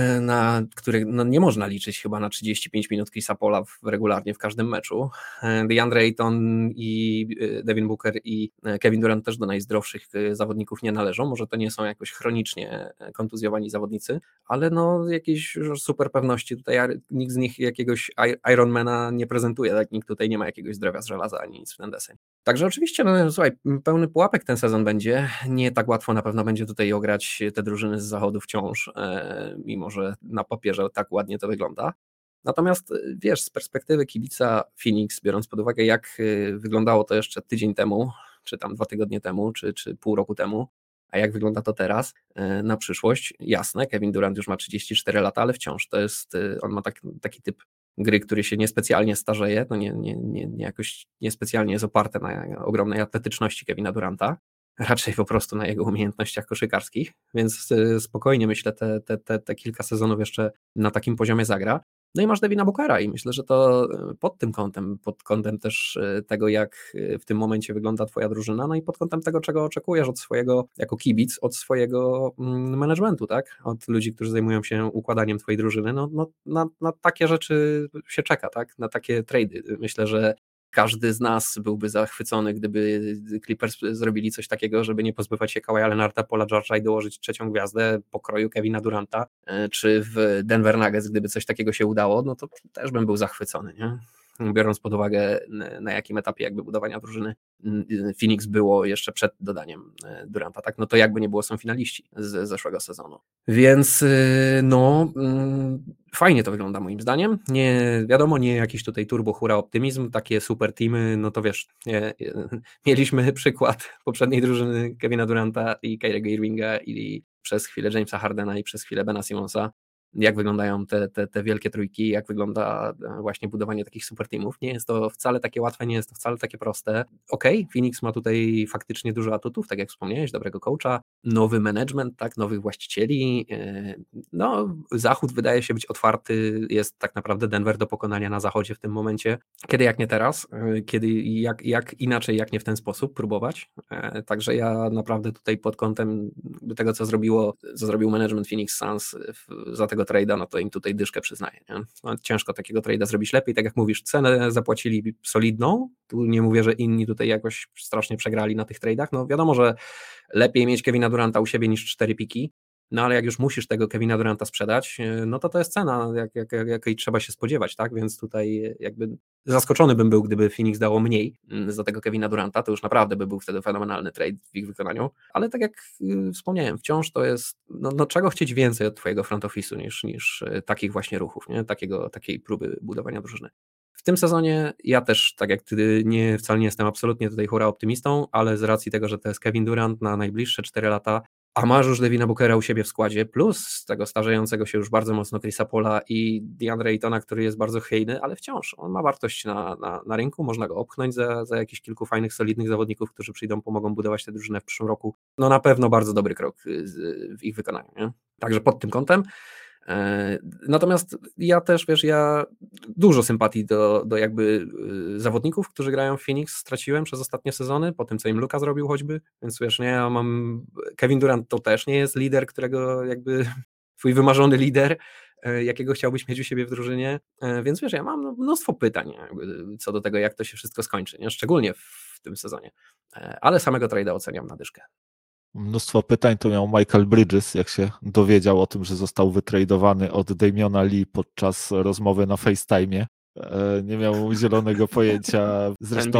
na który no nie można liczyć chyba na 35 minut Chrisa Paula regularnie w każdym meczu. DeAndre Ayton i Devin Booker i Kevin Durant też do najzdrowszych zawodników nie należą. Może to nie są jakoś chronicznie kontuzjowani zawodnicy, ale no jakiejś super pewności tutaj nikt z nich jakiegoś Ironmana nie prezentuje, tak? Nikt tutaj nie ma jakiegoś zdrowia z żelaza ani nic w ten deseń. Także oczywiście, no słuchaj, pełny pułapek ten sezon będzie. Nie tak łatwo na pewno będzie tutaj ograć te drużyny z zachodu wciąż, mimo że na papierze tak ładnie to wygląda. Natomiast wiesz, z perspektywy kibica Phoenix, biorąc pod uwagę jak wyglądało to jeszcze tydzień temu, czy tam 2 tygodnie temu, czy pół roku temu, a jak wygląda to teraz na przyszłość, jasne, Kevin Durant już ma 34 lata, ale wciąż to jest, on ma taki typ gry, który się niespecjalnie starzeje, to jakoś niespecjalnie jest oparte na ogromnej atletyczności Kevina Duranta, raczej po prostu na jego umiejętnościach koszykarskich, więc spokojnie myślę, te kilka sezonów jeszcze na takim poziomie zagra. No i masz Devina Bookera i myślę, że to pod kątem też tego, jak w tym momencie wygląda twoja drużyna, no i pod kątem tego, czego oczekujesz od swojego, jako kibic, od swojego managementu, tak? Od ludzi, którzy zajmują się układaniem twojej drużyny, no na takie rzeczy się czeka, tak? Na takie trady. Myślę, że każdy z nas byłby zachwycony, gdyby Clippers zrobili coś takiego, żeby nie pozbywać się Kawaja Leonarda, Paula George'a i dołożyć trzecią gwiazdę pokroju Kevina Duranta, czy w Denver Nuggets, gdyby coś takiego się udało, no to też bym był zachwycony, nie? Biorąc pod uwagę, na jakim etapie jakby budowania drużyny Phoenix było jeszcze przed dodaniem Duranta, tak? No to jakby nie było, są finaliści z zeszłego sezonu. Więc no Fajnie to wygląda moim zdaniem. Nie wiadomo, nie jakiś tutaj turbo hura optymizm, takie super teamy, no to wiesz, mieliśmy przykład poprzedniej drużyny Kevina Duranta i Kyriego Irvinga i przez chwilę Jamesa Hardena i przez chwilę Bena Simonsa. Jak wyglądają te wielkie trójki, jak wygląda właśnie budowanie takich super teamów. Nie jest to wcale takie łatwe, nie jest to wcale takie proste. Okej, Phoenix ma tutaj faktycznie dużo atutów, tak jak wspomniałeś, dobrego coacha, nowy management, tak, nowych właścicieli. No, zachód wydaje się być otwarty, jest tak naprawdę Denver do pokonania na zachodzie w tym momencie. Kiedy jak nie teraz, kiedy jak inaczej, jak nie w ten sposób próbować. Także ja naprawdę tutaj pod kątem tego, co zrobił management Phoenix Suns za tego trade'a, no to im tutaj dyszkę przyznaję. Nie? No, ciężko takiego trade'a zrobić lepiej, tak jak mówisz, cenę zapłacili solidną, tu nie mówię, że inni tutaj jakoś strasznie przegrali na tych trade'ach, no wiadomo, że lepiej mieć Kevina Duranta u siebie niż 4 piki, no ale jak już musisz tego Kevina Duranta sprzedać, no to jest cena, jakiej trzeba się spodziewać, tak, więc tutaj jakby zaskoczony bym był, gdyby Phoenix dało mniej za tego Kevina Duranta, to już naprawdę by był wtedy fenomenalny trade w ich wykonaniu, ale tak jak wspomniałem, wciąż to jest, no czego chcieć więcej od twojego front office'u niż takich właśnie ruchów, nie? Takiej próby budowania drużyny. W tym sezonie ja też, tak jak ty, wcale nie jestem absolutnie tutaj hura optymistą, ale z racji tego, że to jest Kevin Durant na najbliższe 4 lata, a masz już Devina Bookera u siebie w składzie, plus tego starzejącego się już bardzo mocno Chrisa Paula i DeAndre Aytona, który jest bardzo chwiejny, ale wciąż on ma wartość na rynku, można go opchnąć za jakichś kilku fajnych, solidnych zawodników, którzy przyjdą, pomogą budować tę drużynę w przyszłym roku. No na pewno bardzo dobry krok w ich wykonaniu. Nie? Także pod tym kątem. Natomiast ja też, wiesz, ja dużo sympatii do jakby zawodników, którzy grają w Phoenix straciłem przez ostatnie sezony, po tym co im Luka zrobił choćby, więc wiesz, nie, ja mam Kevin Durant to też nie jest lider, którego jakby twój wymarzony lider, jakiego chciałbyś mieć u siebie w drużynie, więc wiesz, ja mam mnóstwo pytań jakby, co do tego, jak to się wszystko skończy, nie? Szczególnie w tym sezonie, ale samego trade'a oceniam na dyszkę. Mnóstwo pytań to miał Michael Bridges, jak się dowiedział o tym, że został wytradowany od Damiana Lee podczas rozmowy na FaceTime'ie. Nie miał zielonego pojęcia.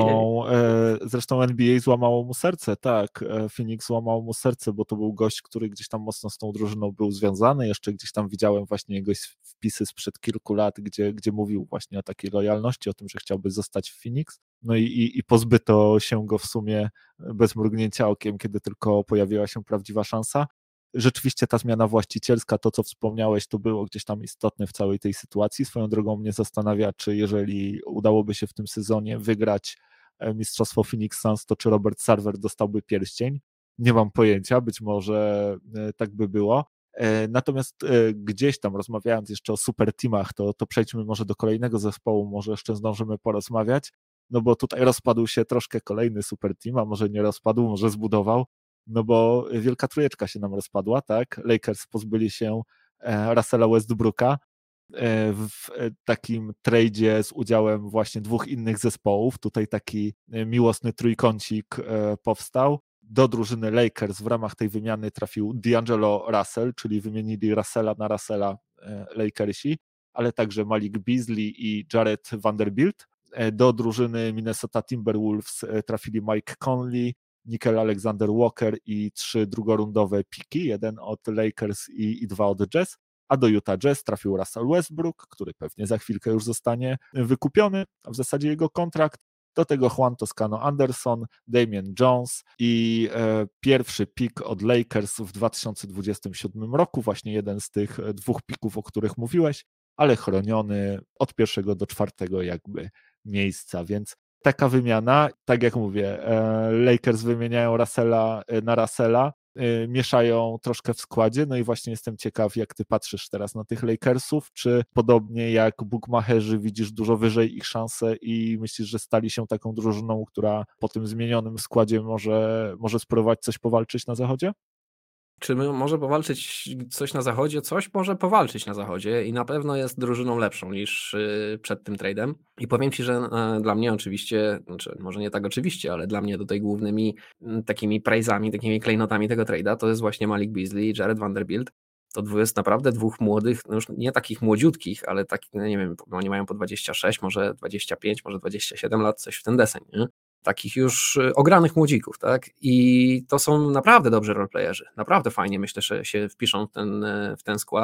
Zresztą NBA złamało mu serce, tak. Phoenix złamało mu serce, bo to był gość, który gdzieś tam mocno z tą drużyną był związany. Jeszcze gdzieś tam widziałem właśnie jego wpisy sprzed kilku lat, gdzie mówił właśnie o takiej lojalności, o tym, że chciałby zostać w Phoenix. No i pozbyto się go w sumie bez mrugnięcia okiem, kiedy tylko pojawiła się prawdziwa szansa. Rzeczywiście ta zmiana właścicielska, to co wspomniałeś, to było gdzieś tam istotne w całej tej sytuacji. Swoją drogą mnie zastanawia, czy jeżeli udałoby się w tym sezonie wygrać mistrzostwo Phoenix Suns, to czy Robert Sarver dostałby pierścień? Nie mam pojęcia, być może tak by było. Natomiast gdzieś tam rozmawiając jeszcze o super teamach, to przejdźmy może do kolejnego zespołu, może jeszcze zdążymy porozmawiać, no bo tutaj rozpadł się troszkę kolejny super team, a może nie rozpadł, może zbudował, no bo wielka trójeczka się nam rozpadła, tak? Lakers pozbyli się Russella Westbrooka w takim tradzie z udziałem właśnie 2 innych zespołów. Tutaj taki miłosny trójkącik powstał. Do drużyny Lakers w ramach tej wymiany trafił D'Angelo Russell, czyli wymienili Russella na Russella Lakersi, ale także Malik Beasley i Jared Vanderbilt. Do drużyny Minnesota Timberwolves trafili Mike Conley, Nickel Alexander Walker i 3 drugorundowe piki, 1 od Lakers i 2 od Jazz, a do Utah Jazz trafił Russell Westbrook, który pewnie za chwilkę już zostanie wykupiony, a w zasadzie jego kontrakt. Do tego Juan Toscano Anderson, Damian Jones i pierwszy pik od Lakers w 2027 roku, właśnie jeden z tych 2 pików, o których mówiłeś, ale chroniony od 1 do 4 jakby miejsca, więc taka wymiana, tak jak mówię, Lakers wymieniają Russella na Russella, mieszają troszkę w składzie, no i właśnie jestem ciekaw, jak ty patrzysz teraz na tych Lakersów, czy podobnie jak bookmacherzy widzisz dużo wyżej ich szanse i myślisz, że stali się taką drużyną, która po tym zmienionym składzie może spróbować coś powalczyć na zachodzie? Czy może powalczyć coś na zachodzie? Coś może powalczyć na zachodzie i na pewno jest drużyną lepszą niż przed tym trade'em. I powiem ci, że dla mnie oczywiście, znaczy może nie tak oczywiście, ale dla mnie tutaj głównymi takimi praise'ami, takimi klejnotami tego trade'a to jest właśnie Malik Beasley i Jared Vanderbilt. To jest naprawdę 2 młodych, no już nie takich młodziutkich, ale takich, no nie wiem, oni mają po 26, może 25, może 27 lat, coś w ten deseń, nie? Takich już ogranych młodzików, tak? I to są naprawdę dobrzy roleplayerzy, naprawdę fajnie myślę, że się wpiszą w ten skład.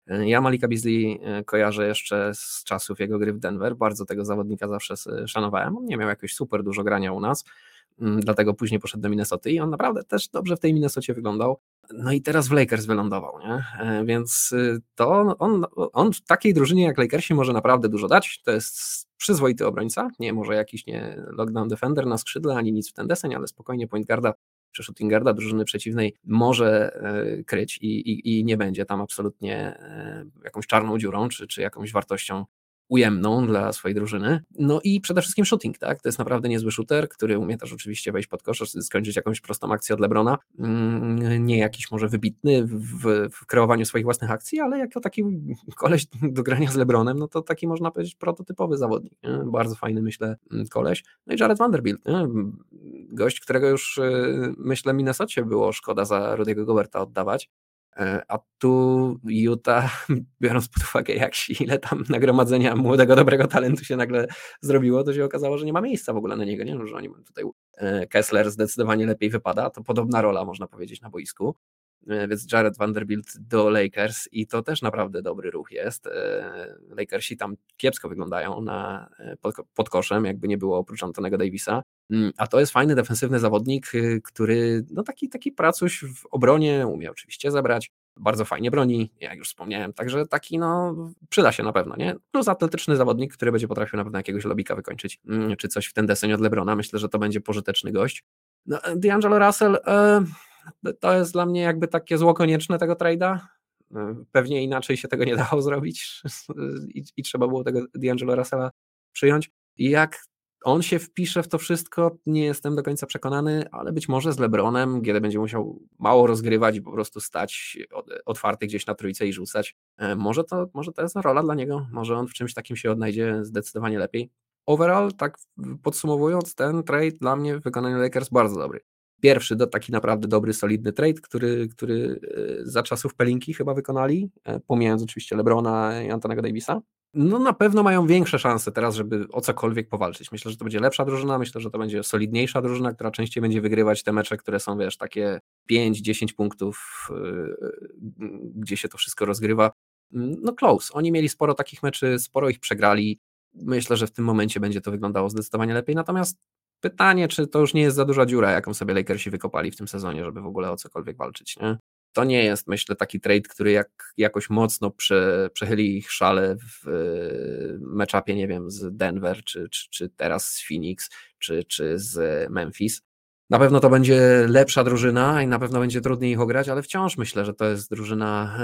Ja Malika Beasley kojarzę jeszcze z czasów jego gry w Denver, bardzo tego zawodnika zawsze szanowałem, on nie miał jakoś super dużo grania u nas, dlatego później poszedł do Minnesoty i on naprawdę też dobrze w tej Minnesocie wyglądał. No i teraz w Lakers wylądował, nie? Więc to on w takiej drużynie jak Lakersi może naprawdę dużo dać, to jest przyzwoity obrońca, nie może jakiś nie lockdown defender na skrzydle, ani nic w ten deseń, ale spokojnie point guarda czy shooting guarda drużyny przeciwnej może kryć i nie będzie tam absolutnie jakąś czarną dziurą, czy jakąś wartością ujemną dla swojej drużyny. No i przede wszystkim shooting, tak? To jest naprawdę niezły shooter, który umie też oczywiście wejść pod kosz, skończyć jakąś prostą akcję od LeBrona. Nie jakiś może wybitny w kreowaniu swoich własnych akcji, ale jako taki koleś do grania z LeBronem, no to taki można powiedzieć prototypowy zawodnik. Nie? Bardzo fajny, myślę, koleś. No i Jared Vanderbilt, nie? Gość, którego już myślę Minnesocie było szkoda za Rudy'ego Goberta oddawać. A tu Utah, biorąc pod uwagę ile tam nagromadzenia młodego, dobrego talentu się nagle zrobiło, to się okazało, że nie ma miejsca w ogóle na niego, nie? Że oni tutaj Kessler zdecydowanie lepiej wypada, to podobna rola można powiedzieć na boisku, więc Jared Vanderbilt do Lakers i to też naprawdę dobry ruch jest. Lakersi tam kiepsko wyglądają pod koszem, jakby nie było oprócz Antonego Davisa, a to jest fajny defensywny zawodnik, który no taki pracuś w obronie umie oczywiście zebrać, bardzo fajnie broni, jak już wspomniałem, także taki no przyda się na pewno, nie? Plus atletyczny zawodnik, który będzie potrafił na pewno jakiegoś lobika wykończyć, czy coś w ten deseń od LeBrona, myślę, że to będzie pożyteczny gość. No, D'Angelo Russell to jest dla mnie jakby takie zło konieczne tego trade'a. Pewnie inaczej się tego nie dało zrobić i trzeba było tego D'Angelo Russella przyjąć. I jak on się wpisze w to wszystko, nie jestem do końca przekonany, ale być może z LeBronem, kiedy będzie musiał mało rozgrywać i po prostu stać otwarty gdzieś na trójce i rzucać, może to jest rola dla niego, może on w czymś takim się odnajdzie zdecydowanie lepiej. Overall, tak podsumowując, ten trade dla mnie w wykonaniu Lakers bardzo dobry. Pierwszy taki naprawdę dobry, solidny trade, który za czasów Pelinki chyba wykonali, pomijając oczywiście LeBrona i Antonego Davisa. No na pewno mają większe szanse teraz, żeby o cokolwiek powalczyć. Myślę, że to będzie lepsza drużyna, myślę, że to będzie solidniejsza drużyna, która częściej będzie wygrywać te mecze, które są, wiesz, takie 5-10 punktów, gdzie się to wszystko rozgrywa. No close. Oni mieli sporo takich meczy, sporo ich przegrali. Myślę, że w tym momencie będzie to wyglądało zdecydowanie lepiej, natomiast pytanie, czy to już nie jest za duża dziura, jaką sobie Lakersi wykopali w tym sezonie, żeby w ogóle o cokolwiek walczyć, nie? To nie jest, myślę, taki trade, który jakoś mocno przechyli ich szale w meczapie, nie wiem, z Denver, czy teraz z Phoenix, czy z Memphis. Na pewno to będzie lepsza drużyna i na pewno będzie trudniej ich ograć, ale wciąż myślę, że to jest drużyna,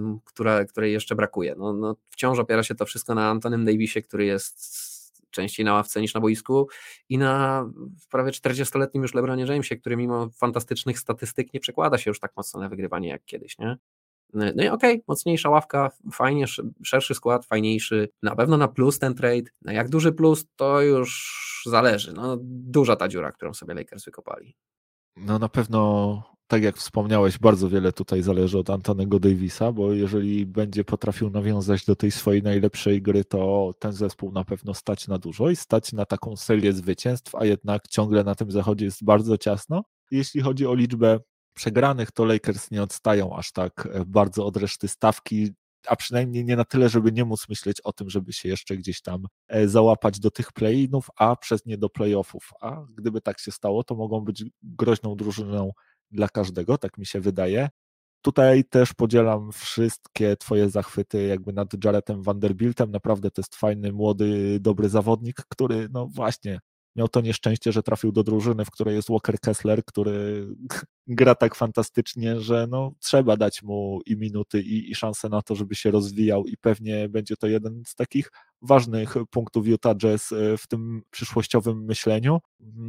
której jeszcze brakuje. No, wciąż opiera się to wszystko na Antonym Davisie, który jest częściej na ławce niż na boisku i na prawie 40-letnim już LeBronie Jamesie, który mimo fantastycznych statystyk nie przekłada się już tak mocno na wygrywanie jak kiedyś, nie? No i okej, mocniejsza ławka, fajnie, szerszy skład, fajniejszy, na pewno na plus ten trade, no jak duży plus to już zależy, no duża ta dziura, którą sobie Lakers wykopali. No na pewno, tak jak wspomniałeś, bardzo wiele tutaj zależy od Antonego Davisa, bo jeżeli będzie potrafił nawiązać do tej swojej najlepszej gry, to ten zespół na pewno stać na dużo i stać na taką serię zwycięstw, a jednak ciągle na tym zachodzie jest bardzo ciasno. Jeśli chodzi o liczbę przegranych, to Lakers nie odstają aż tak bardzo od reszty stawki, a przynajmniej nie na tyle, żeby nie móc myśleć o tym, żeby się jeszcze gdzieś tam załapać do tych play-inów, a przez nie do play-offów. A gdyby tak się stało, to mogą być groźną drużyną dla każdego, tak mi się wydaje. Tutaj też podzielam wszystkie twoje zachwyty jakby nad Jaredem Vanderbiltem. Naprawdę to jest fajny, młody, dobry zawodnik, który no właśnie miał to nieszczęście, że trafił do drużyny, w której jest Walker Kessler, który gra tak fantastycznie, że no, trzeba dać mu i minuty, i szansę na to, żeby się rozwijał i pewnie będzie to jeden z takich ważnych punktów Utah Jazz w tym przyszłościowym myśleniu.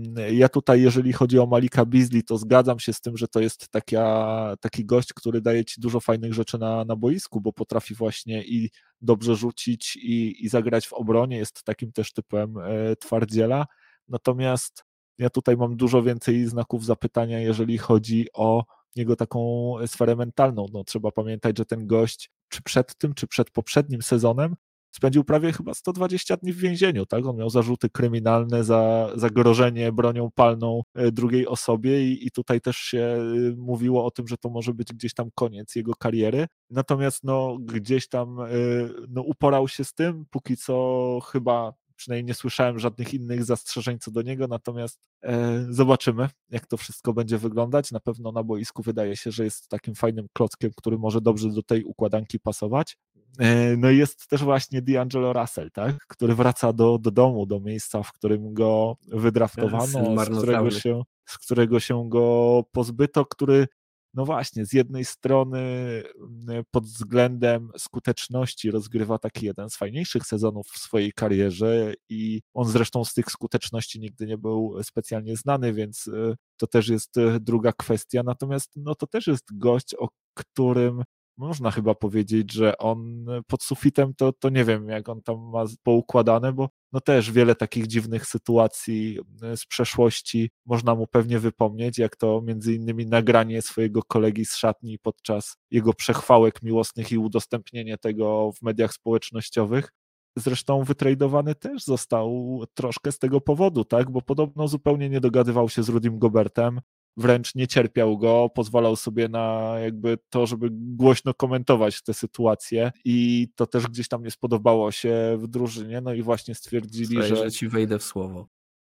Ja tutaj, jeżeli chodzi o Malika Beasley, to zgadzam się z tym, że to jest taki gość, który daje ci dużo fajnych rzeczy na boisku, bo potrafi właśnie i dobrze rzucić i zagrać w obronie, jest takim też typem twardziela. Natomiast ja tutaj mam dużo więcej znaków zapytania, jeżeli chodzi o jego taką sferę mentalną. No, trzeba pamiętać, że ten gość, czy przed tym, czy przed poprzednim sezonem, spędził prawie chyba 120 dni w więzieniu, tak? On miał zarzuty kryminalne za zagrożenie bronią palną drugiej osobie i tutaj też się mówiło o tym, że to może być gdzieś tam koniec jego kariery. Natomiast no, gdzieś tam no, uporał się z tym, póki co chyba przynajmniej nie słyszałem żadnych innych zastrzeżeń co do niego, natomiast zobaczymy, jak to wszystko będzie wyglądać. Na pewno na boisku wydaje się, że jest takim fajnym klockiem, który może dobrze do tej układanki pasować. No i jest też właśnie D'Angelo Russell, tak? Który wraca do domu, do miejsca, w którym go Syn wydraftowano, marnotrawny. z którego się go pozbyto, który no właśnie, z jednej strony pod względem skuteczności rozgrywa taki jeden z fajniejszych sezonów w swojej karierze i on zresztą z tych skuteczności nigdy nie był specjalnie znany, więc to też jest druga kwestia, natomiast no to też jest gość, o którym można chyba powiedzieć, że on pod sufitem to nie wiem, jak on tam ma poukładane, bo no też wiele takich dziwnych sytuacji z przeszłości można mu pewnie wypomnieć, jak to między innymi nagranie swojego kolegi z szatni podczas jego przechwałek miłosnych i udostępnienie tego w mediach społecznościowych. Zresztą wytradowany też został troszkę z tego powodu, tak? Bo podobno zupełnie nie dogadywał się z Rudym Gobertem, wręcz nie cierpiał go, pozwalał sobie na jakby to, żeby głośno komentować tę sytuację i to też gdzieś tam nie spodobało się w drużynie, no i właśnie stwierdzili, Słuchaj, że że ci wejdę w słowo,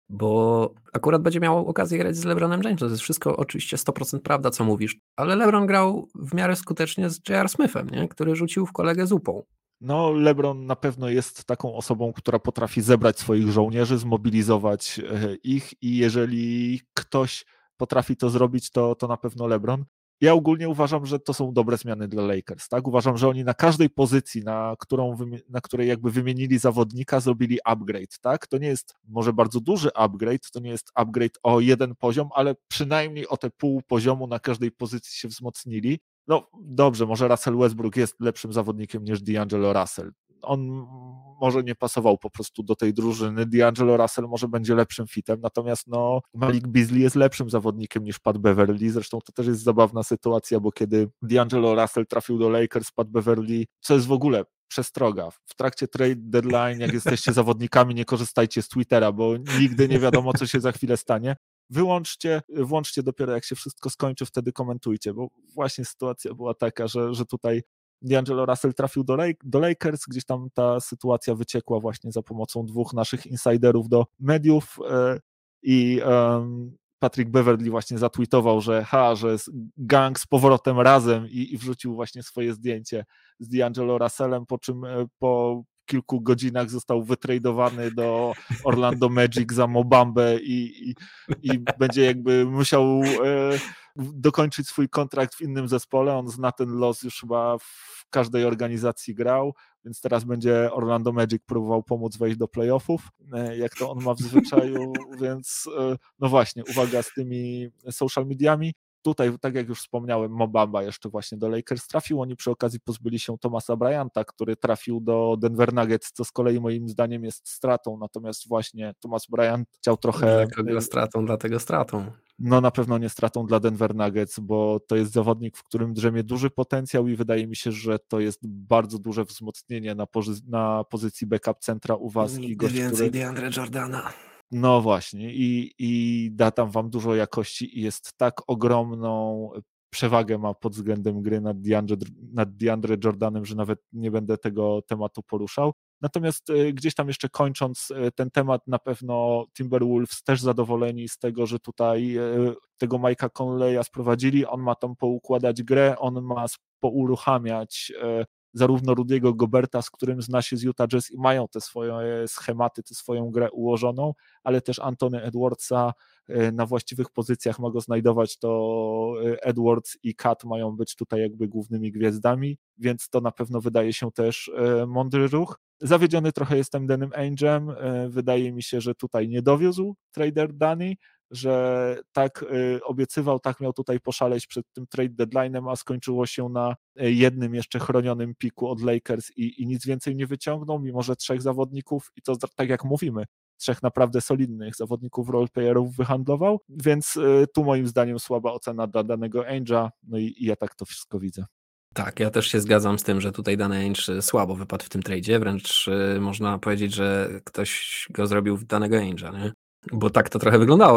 bo akurat będzie miał okazję grać z LeBronem Jamesem, to jest wszystko oczywiście 100% prawda, co mówisz, ale LeBron grał w miarę skutecznie z J.R. Smithem, nie? Który rzucił w kolegę zupą. no, LeBron na pewno jest taką osobą, która potrafi zebrać swoich żołnierzy, zmobilizować ich i jeżeli ktoś potrafi to zrobić, to na pewno LeBron. Ja ogólnie uważam, że to są dobre zmiany dla Lakers, tak? Uważam, że oni na każdej pozycji, na której jakby wymienili zawodnika, zrobili upgrade, tak? To nie jest może bardzo duży upgrade, to nie jest upgrade o jeden poziom, ale przynajmniej o te pół poziomu na każdej pozycji się wzmocnili. No dobrze, może Russell Westbrook jest lepszym zawodnikiem niż D'Angelo Russell. On może nie pasował po prostu do tej drużyny. D'Angelo Russell może będzie lepszym fitem, natomiast no, Malik Beasley jest lepszym zawodnikiem niż Pat Beverly. Zresztą to też jest zabawna sytuacja, bo kiedy D'Angelo Russell trafił do Lakers, Pat Beverly, co jest w ogóle przestroga. W trakcie trade deadline, jak jesteście zawodnikami, nie korzystajcie z Twittera, bo nigdy nie wiadomo, co się za chwilę stanie. Włączcie dopiero jak się wszystko skończy, wtedy komentujcie, bo właśnie sytuacja była taka, że tutaj D'Angelo Russell trafił do Lakers, gdzieś tam ta sytuacja wyciekła właśnie za pomocą dwóch naszych insiderów do mediów i Patrick Beverly właśnie zatweetował, że jest gang z powrotem razem i wrzucił właśnie swoje zdjęcie z D'Angelo Russellem, po czym po kilku godzinach został wytradowany do Orlando Magic za Mobambę i będzie jakby musiał dokończyć swój kontrakt w innym zespole. On zna ten los, już chyba w każdej organizacji grał, więc teraz będzie Orlando Magic próbował pomóc wejść do playoffów, jak to on ma w zwyczaju, więc no właśnie, uwaga z tymi social mediami. Tutaj, tak jak już wspomniałem, Mobamba jeszcze właśnie do Lakers trafił. Oni przy okazji pozbyli się Thomasa Bryanta, który trafił do Denver Nuggets, co z kolei moim zdaniem jest stratą. Natomiast właśnie Thomas Bryant chciał trochę... Dla kogo stratą, dlatego stratą. No na pewno nie stratą dla Denver Nuggets, bo to jest zawodnik, w którym drzemie duży potencjał i wydaje mi się, że to jest bardzo duże wzmocnienie na pozycji backup centra u was. Nigdy I gość, więcej który... DeAndre Jordana. No właśnie i da tam wam dużo jakości i jest tak ogromną przewagę ma pod względem gry nad DeAndre Jordanem, że nawet nie będę tego tematu poruszał. Natomiast gdzieś tam jeszcze kończąc ten temat, na pewno Timberwolves też zadowoleni z tego, że tutaj tego Mike'a Conleya sprowadzili, on ma tam poukładać grę, on ma pouruchamiać zarówno Rudiego Goberta, z którym zna się z Utah Jazz i mają te swoje schematy, tę swoją grę ułożoną, ale też Anthony Edwardsa na właściwych pozycjach ma go znajdować, to Edwards i Kat mają być tutaj jakby głównymi gwiazdami, więc to na pewno wydaje się też mądry ruch. Zawiedziony trochę jestem Danem Ainge'em, wydaje mi się, że tutaj nie dowiózł trader Danny, że tak obiecywał, tak miał tutaj poszaleć przed tym trade deadline'em, a skończyło się na jednym jeszcze chronionym piku od Lakers i nic więcej nie wyciągnął, mimo że 3 zawodników i to tak jak mówimy, 3 naprawdę solidnych zawodników roleplayerów wyhandlował, więc tu moim zdaniem słaba ocena dla danego Ainge'a, no i ja tak to wszystko widzę. Tak, ja też się zgadzam z tym, że tutaj Danny Ainge słabo wypadł w tym tradzie, wręcz można powiedzieć, że ktoś go zrobił w danego Ainge'a, nie? Bo tak to trochę wyglądało,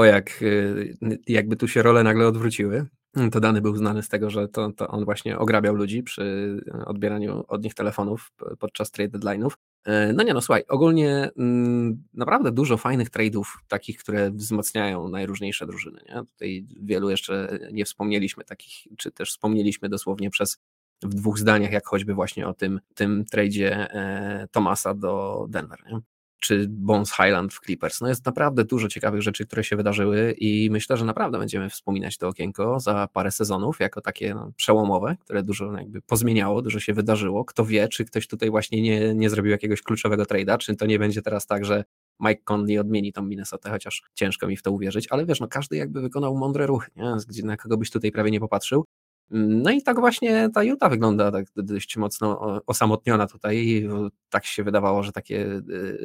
jakby tu się role nagle odwróciły. To Dany był znany z tego, że to on właśnie ograbiał ludzi przy odbieraniu od nich telefonów podczas trade deadline'ów. No nie no, słuchaj, ogólnie naprawdę dużo fajnych trade'ów, takich, które wzmacniają najróżniejsze drużyny, nie? Tutaj wielu jeszcze nie wspomnieliśmy takich, czy też wspomnieliśmy dosłownie w 2 zdaniach, jak choćby właśnie o tym tradzie Thomasa do Denver, nie? Czy Bones Highland w Clippers. No jest naprawdę dużo ciekawych rzeczy, które się wydarzyły i myślę, że naprawdę będziemy wspominać to okienko za parę sezonów jako takie przełomowe, które dużo jakby pozmieniało, dużo się wydarzyło. Kto wie, czy ktoś tutaj właśnie nie zrobił jakiegoś kluczowego trade'a, czy to nie będzie teraz tak, że Mike Conley odmieni tą Minnesotę, chociaż ciężko mi w to uwierzyć, ale wiesz, no każdy jakby wykonał mądre ruchy, nie? Na kogo byś tutaj prawie nie popatrzył. No i tak właśnie ta Utah wygląda tak dość mocno osamotniona tutaj. Tak się wydawało, że takie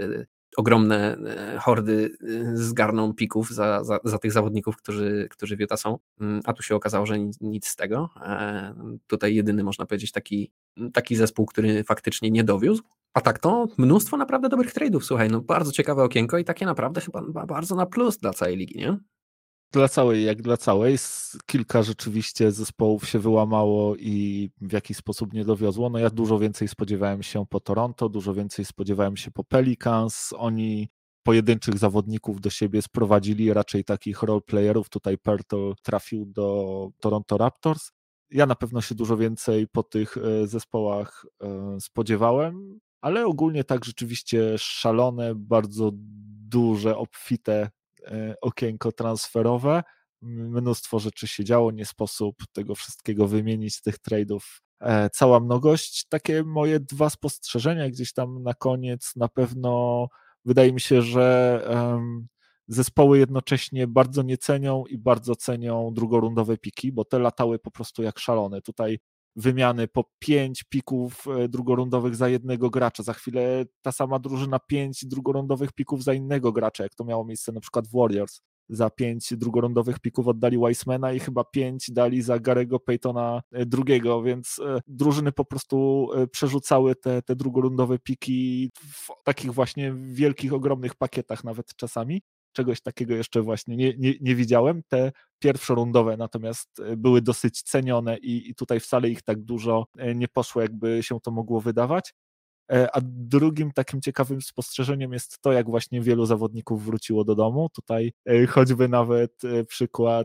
ogromne hordy zgarną pików za tych zawodników, którzy w Utah są, a tu się okazało, że nic z tego. Tutaj jedyny, można powiedzieć, taki zespół, który faktycznie nie dowiózł. A tak to mnóstwo naprawdę dobrych trade'ów, słuchaj, no bardzo ciekawe okienko i takie naprawdę chyba bardzo na plus dla całej ligi, nie? Dla całej, jak dla całej, kilka rzeczywiście zespołów się wyłamało i w jakiś sposób nie dowiozło. No ja dużo więcej spodziewałem się po Toronto, dużo więcej spodziewałem się po Pelicans. Oni pojedynczych zawodników do siebie sprowadzili, raczej takich roleplayerów. Tutaj Pertl trafił do Toronto Raptors. Ja na pewno się dużo więcej po tych zespołach spodziewałem, ale ogólnie tak rzeczywiście szalone, bardzo duże, obfite okienko transferowe. Mnóstwo rzeczy się działo, nie sposób tego wszystkiego wymienić, tych trade'ów. Cała mnogość. Takie moje 2 spostrzeżenia gdzieś tam na koniec. Na pewno wydaje mi się, że zespoły jednocześnie bardzo nie cenią i bardzo cenią drugorundowe piki, bo te latały po prostu jak szalone. Tutaj wymiany po 5 pików drugorundowych za jednego gracza. Za chwilę ta sama drużyna 5 drugorundowych pików za innego gracza, jak to miało miejsce na przykład w Warriors. Za 5 drugorundowych pików oddali Weissmana i chyba 5 dali za Garego Paytona drugiego, więc drużyny po prostu przerzucały te drugorundowe piki w takich właśnie wielkich, ogromnych pakietach nawet czasami. Czegoś takiego jeszcze właśnie nie widziałem. Te pierwszorundowe natomiast były dosyć cenione i tutaj wcale ich tak dużo nie poszło, jakby się to mogło wydawać. A drugim takim ciekawym spostrzeżeniem jest to, jak właśnie wielu zawodników wróciło do domu. Tutaj choćby nawet przykład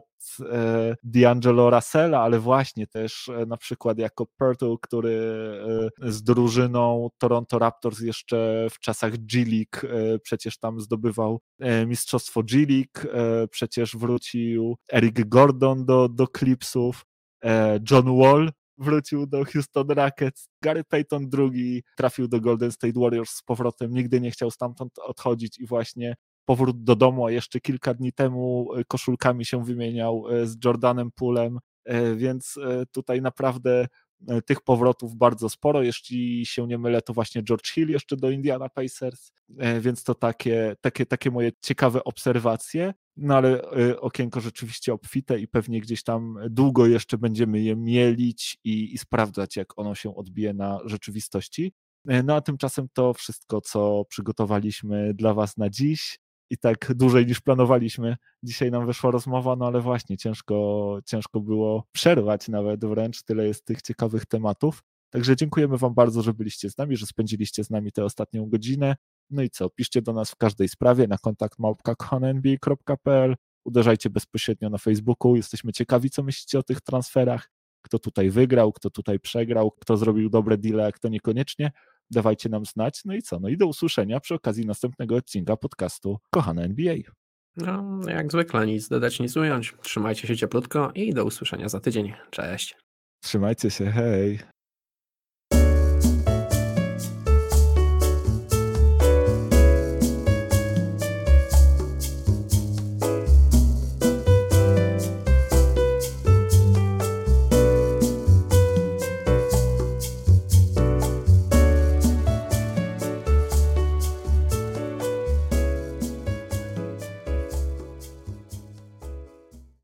D'Angelo Russella, ale właśnie też na przykład jako Pertl, który z drużyną Toronto Raptors jeszcze w czasach G League przecież tam zdobywał mistrzostwo G League, przecież wrócił Eric Gordon do Clipsów, John Wall wrócił do Houston Rockets, Gary Payton II trafił do Golden State Warriors z powrotem, nigdy nie chciał stamtąd odchodzić i właśnie powrót do domu, a jeszcze kilka dni temu koszulkami się wymieniał z Jordanem Poolem, więc tutaj naprawdę tych powrotów bardzo sporo. Jeśli się nie mylę, to właśnie George Hill jeszcze do Indiana Pacers, więc to takie moje ciekawe obserwacje. No ale okienko rzeczywiście obfite i pewnie gdzieś tam długo jeszcze będziemy je mielić i sprawdzać, jak ono się odbije na rzeczywistości. No a tymczasem to wszystko, co przygotowaliśmy dla Was na dziś. I tak dłużej niż planowaliśmy. Dzisiaj nam wyszła rozmowa, no ale właśnie ciężko było przerwać nawet wręcz, tyle jest tych ciekawych tematów. Także dziękujemy Wam bardzo, że byliście z nami, że spędziliście z nami tę ostatnią godzinę. No i co, piszcie do nas w każdej sprawie na kontakt@kochanNBA.pl, uderzajcie bezpośrednio na Facebooku, jesteśmy ciekawi, co myślicie o tych transferach, kto tutaj wygrał, kto tutaj przegrał, kto zrobił dobre deale, a kto niekoniecznie. Dawajcie nam znać. No i co? No i do usłyszenia przy okazji następnego odcinka podcastu Kochane NBA. No, jak zwykle, nic dodać, nic ująć. Trzymajcie się cieplutko i do usłyszenia za tydzień. Cześć. Trzymajcie się, hej.